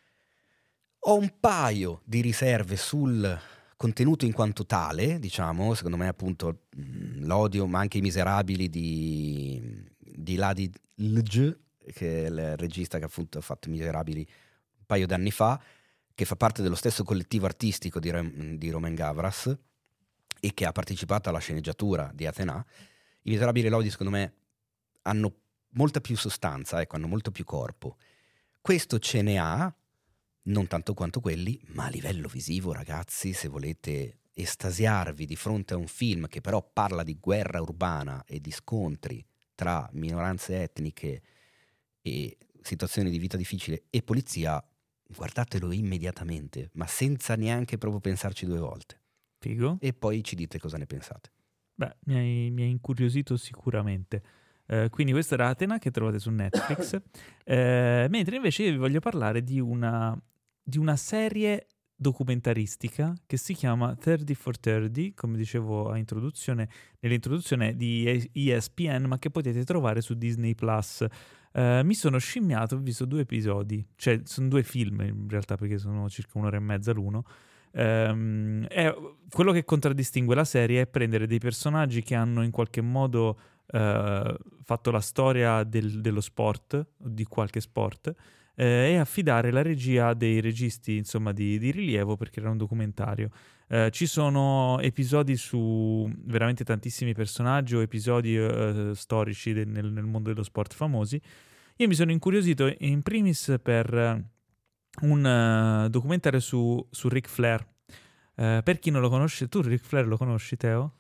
Ho un paio di riserve sul contenuto in quanto tale, diciamo, secondo me appunto mh, l'odio, ma anche i miserabili di, di Ladi Lj, che è il regista che appunto ha fatto Miserabili un paio d'anni fa, che fa parte dello stesso collettivo artistico di, Rom- di Romain Gavras e che ha partecipato alla sceneggiatura di Athéna. I Miserabili e l'odio secondo me hanno molta più sostanza, ecco, hanno molto più corpo. Questo ce ne ha, non tanto quanto quelli, ma a livello visivo, ragazzi, se volete estasiarvi di fronte a un film che però parla di guerra urbana e di scontri tra minoranze etniche e situazioni di vita difficile e polizia, guardatelo immediatamente, ma senza neanche proprio pensarci due volte. figo. E poi ci dite cosa ne pensate. Beh, mi hai, mi hai incuriosito sicuramente. Eh, quindi questa era Athéna, che trovate su Netflix. Eh, mentre invece io vi voglio parlare di una, di una serie documentaristica che si chiama thirty for thirty, come dicevo a introduzione, nell'introduzione di E S P N, ma che potete trovare su Disney Plus. Eh, mi sono scimmiato, ho visto due episodi, cioè sono due film in realtà, perché sono circa un'ora e mezza l'uno. Um, è, quello che contraddistingue la serie è prendere dei personaggi che hanno in qualche modo uh, fatto la storia del, dello sport, di qualche sport, eh, e affidare la regia a dei registi, insomma, di, di rilievo, perché era un documentario. Uh, ci sono episodi su veramente tantissimi personaggi o episodi uh, storici de, nel, nel mondo dello sport famosi. Io mi sono incuriosito in primis per uh, un uh, documentario su, su Ric Flair. Uh, per chi non lo conosce, tu Ric Flair lo conosci, Teo?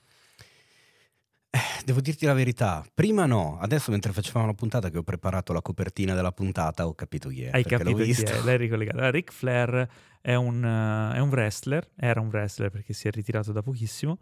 Eh, devo dirti la verità, prima no, adesso mentre facevamo la puntata che ho preparato la copertina della puntata ho capito chi è. Hai perché capito l'ho chi visto. è, l'hai ricollegato. Allora, Ric Flair è un, uh, è un wrestler, era un wrestler perché si è ritirato da pochissimo,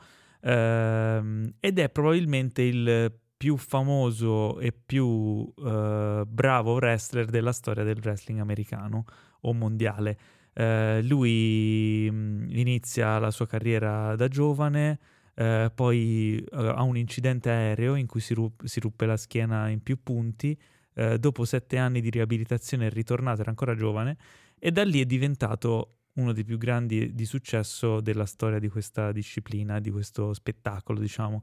uh, ed è probabilmente il più famoso e più uh, bravo wrestler della storia del wrestling americano o mondiale. Uh, lui mh, inizia la sua carriera da giovane, uh, poi uh, ha un incidente aereo in cui si, rup- si ruppe la schiena in più punti. Uh, dopo sette anni di riabilitazione è ritornato, era ancora giovane, e da lì è diventato uno dei più grandi di successo della storia di questa disciplina, di questo spettacolo, diciamo.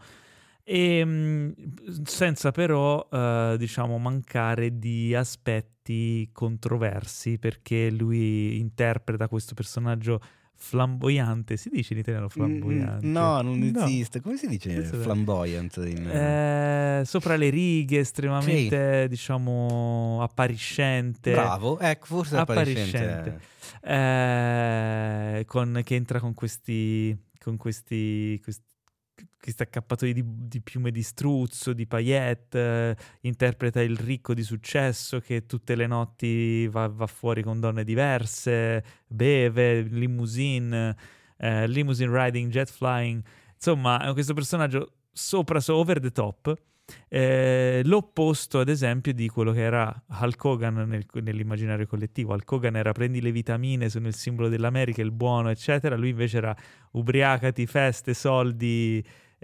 E mh, senza però uh, diciamo mancare di aspetti controversi, perché lui interpreta questo personaggio flamboyante. Si dice in italiano flamboyante? Mm, no, non No. esiste. Come si dice Questo è- flamboyant? In... Eh, sopra le righe, estremamente diciamo appariscente. Bravo, ecco, forse appariscente. appariscente. Eh, con, che entra con questi con questi, questi questi accappatoi di, di piume di struzzo, di paillette, eh, interpreta il ricco di successo che tutte le notti va, va fuori con donne diverse, beve, limousine, eh, limousine riding, jet flying. Insomma, è questo personaggio sopra, so, over the top, eh, l'opposto ad esempio di quello che era Hulk Hogan nel, nell'immaginario collettivo. Hulk Hogan era prendi le vitamine, sono il simbolo dell'America, il buono, eccetera. Lui invece era ubriacati, feste, soldi,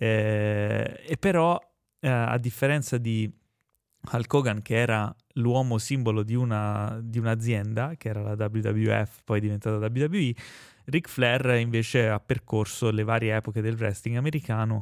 eh, e però eh, a differenza di Hulk Hogan, che era l'uomo simbolo di, una, di un'azienda, che era la W W F, poi diventata W W E, Ric Flair invece ha percorso le varie epoche del wrestling americano,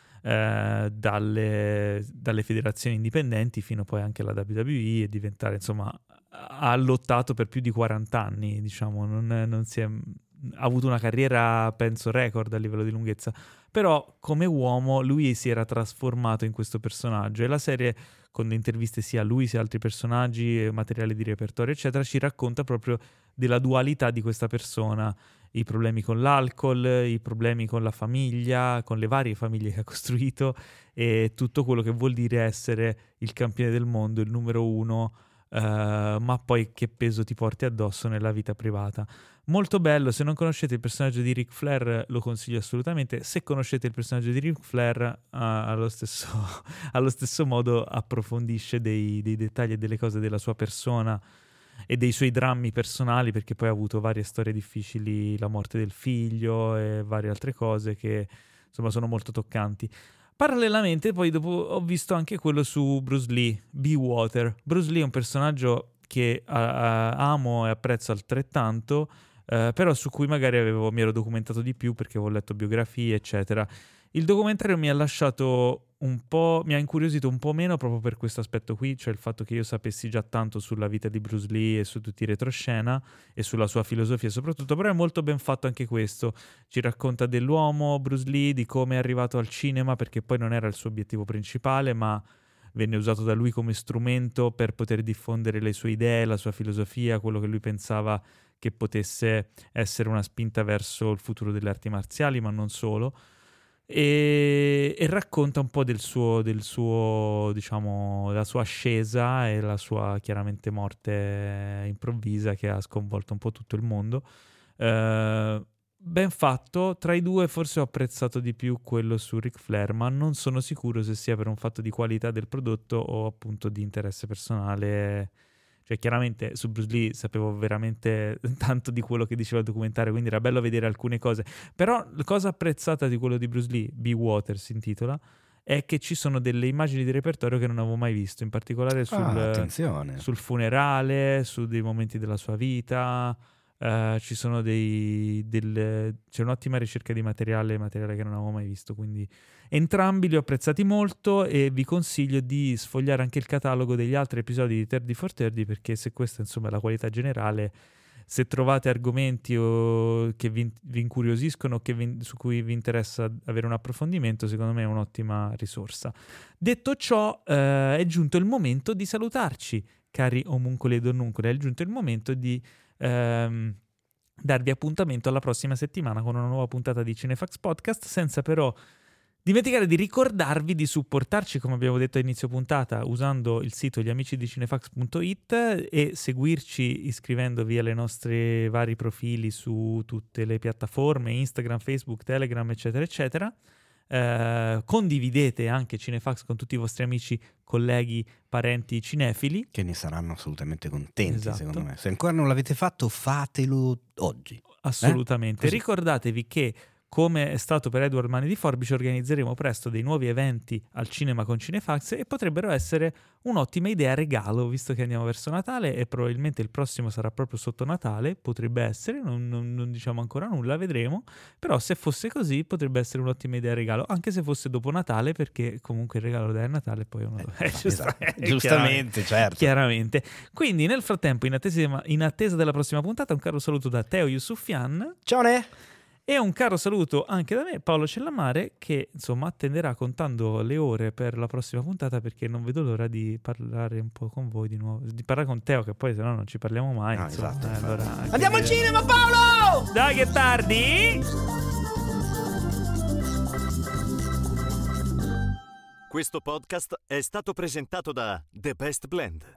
eh, dalle, dalle federazioni indipendenti fino poi anche alla W W E, e diventare, insomma, ha lottato per più di quaranta anni, diciamo, non, non si è ha avuto una carriera, penso, record a livello di lunghezza, però come uomo lui si era trasformato in questo personaggio, e la serie, con le interviste sia a lui sia a altri personaggi, materiali di repertorio eccetera, ci racconta proprio della dualità di questa persona, i problemi con l'alcol, i problemi con la famiglia, con le varie famiglie che ha costruito, e tutto quello che vuol dire essere il campione del mondo, il numero uno, uh, ma poi che peso ti porti addosso nella vita privata. Molto bello. Se non conoscete il personaggio di Ric Flair, lo consiglio assolutamente. Se conoscete il personaggio di Ric Flair, uh, allo, stesso, allo stesso modo approfondisce dei, dei dettagli e delle cose della sua persona e dei suoi drammi personali, perché poi ha avuto varie storie difficili, la morte del figlio e varie altre cose che insomma sono molto toccanti. Parallelamente poi dopo ho visto anche quello su Bruce Lee, Be Water. Bruce Lee è un personaggio che uh, amo e apprezzo altrettanto, uh, però su cui magari avevo, mi ero documentato di più perché avevo letto biografie eccetera. Il documentario mi ha lasciato un po', mi ha incuriosito un po' meno proprio per questo aspetto qui, cioè il fatto che io sapessi già tanto sulla vita di Bruce Lee e su tutti i retroscena e sulla sua filosofia soprattutto, però è molto ben fatto anche questo. Ci racconta dell'uomo Bruce Lee, di come è arrivato al cinema, perché poi non era il suo obiettivo principale, ma venne usato da lui come strumento per poter diffondere le sue idee, la sua filosofia, quello che lui pensava che potesse essere una spinta verso il futuro delle arti marziali, ma non solo. E, e racconta un po' del suo, del suo, diciamo, la sua ascesa e la sua chiaramente morte improvvisa che ha sconvolto un po' tutto il mondo. Uh, ben fatto. Tra i due forse ho apprezzato di più quello su Ric Flair, ma non sono sicuro se sia per un fatto di qualità del prodotto o appunto di interesse personale. Cioè chiaramente su Bruce Lee sapevo veramente tanto di quello che diceva il documentario, quindi era bello vedere alcune cose. Però la cosa apprezzata di quello di Bruce Lee, Be Water si intitola, è che ci sono delle immagini di repertorio che non avevo mai visto, in particolare sul, ah, sul funerale, su dei momenti della sua vita. Uh, ci sono dei del, c'è un'ottima ricerca di materiale materiale che non avevo mai visto, quindi entrambi li ho apprezzati molto e vi consiglio di sfogliare anche il catalogo degli altri episodi di thirty for thirty, perché se questa insomma è la qualità generale, se trovate argomenti o che vi, vi incuriosiscono o che vi, su cui vi interessa avere un approfondimento, secondo me è un'ottima risorsa. Detto ciò, uh, è giunto il momento di salutarci, cari omuncoli e donnuncoli. È giunto il momento di Ehm, darvi appuntamento alla prossima settimana con una nuova puntata di Cinefax Podcast, senza però dimenticare di ricordarvi di supportarci, come abbiamo detto a inizio puntata, usando il sito gli amici di cinefax punto it e seguirci iscrivendovi alle nostre vari profili su tutte le piattaforme, Instagram, Facebook, Telegram eccetera eccetera. Uh, condividete anche Cinefax con tutti i vostri amici, colleghi, parenti cinefili, che ne saranno assolutamente contenti. Esatto. Secondo me, se ancora non l'avete fatto, fatelo oggi. Assolutamente. Eh? Ricordatevi che, come è stato per Edward Mani di Forbice, organizzeremo presto dei nuovi eventi al cinema con Cinefax e potrebbero essere un'ottima idea regalo, visto che andiamo verso Natale e probabilmente il prossimo sarà proprio sotto Natale. Potrebbe essere, non, non, non diciamo ancora nulla, vedremo, però se fosse così potrebbe essere un'ottima idea regalo, anche se fosse dopo Natale, perché comunque il regalo da Natale poi uno eh, eh, giusta, esatto. Giustamente, certo. Chiaramente. Quindi nel frattempo, in attesa, in attesa della prossima puntata, un caro saluto da Teo Yusufian. Ciao Ne! E un caro saluto anche da me, Paolo Cellamare, che insomma attenderà contando le ore per la prossima puntata, perché non vedo l'ora di parlare un po' con voi di nuovo, di parlare con Teo, che poi se no non ci parliamo mai. No, insomma, esatto, eh, allora, andiamo al cinema, Paolo! Dai che è tardi! Questo podcast è stato presentato da The Best Blend.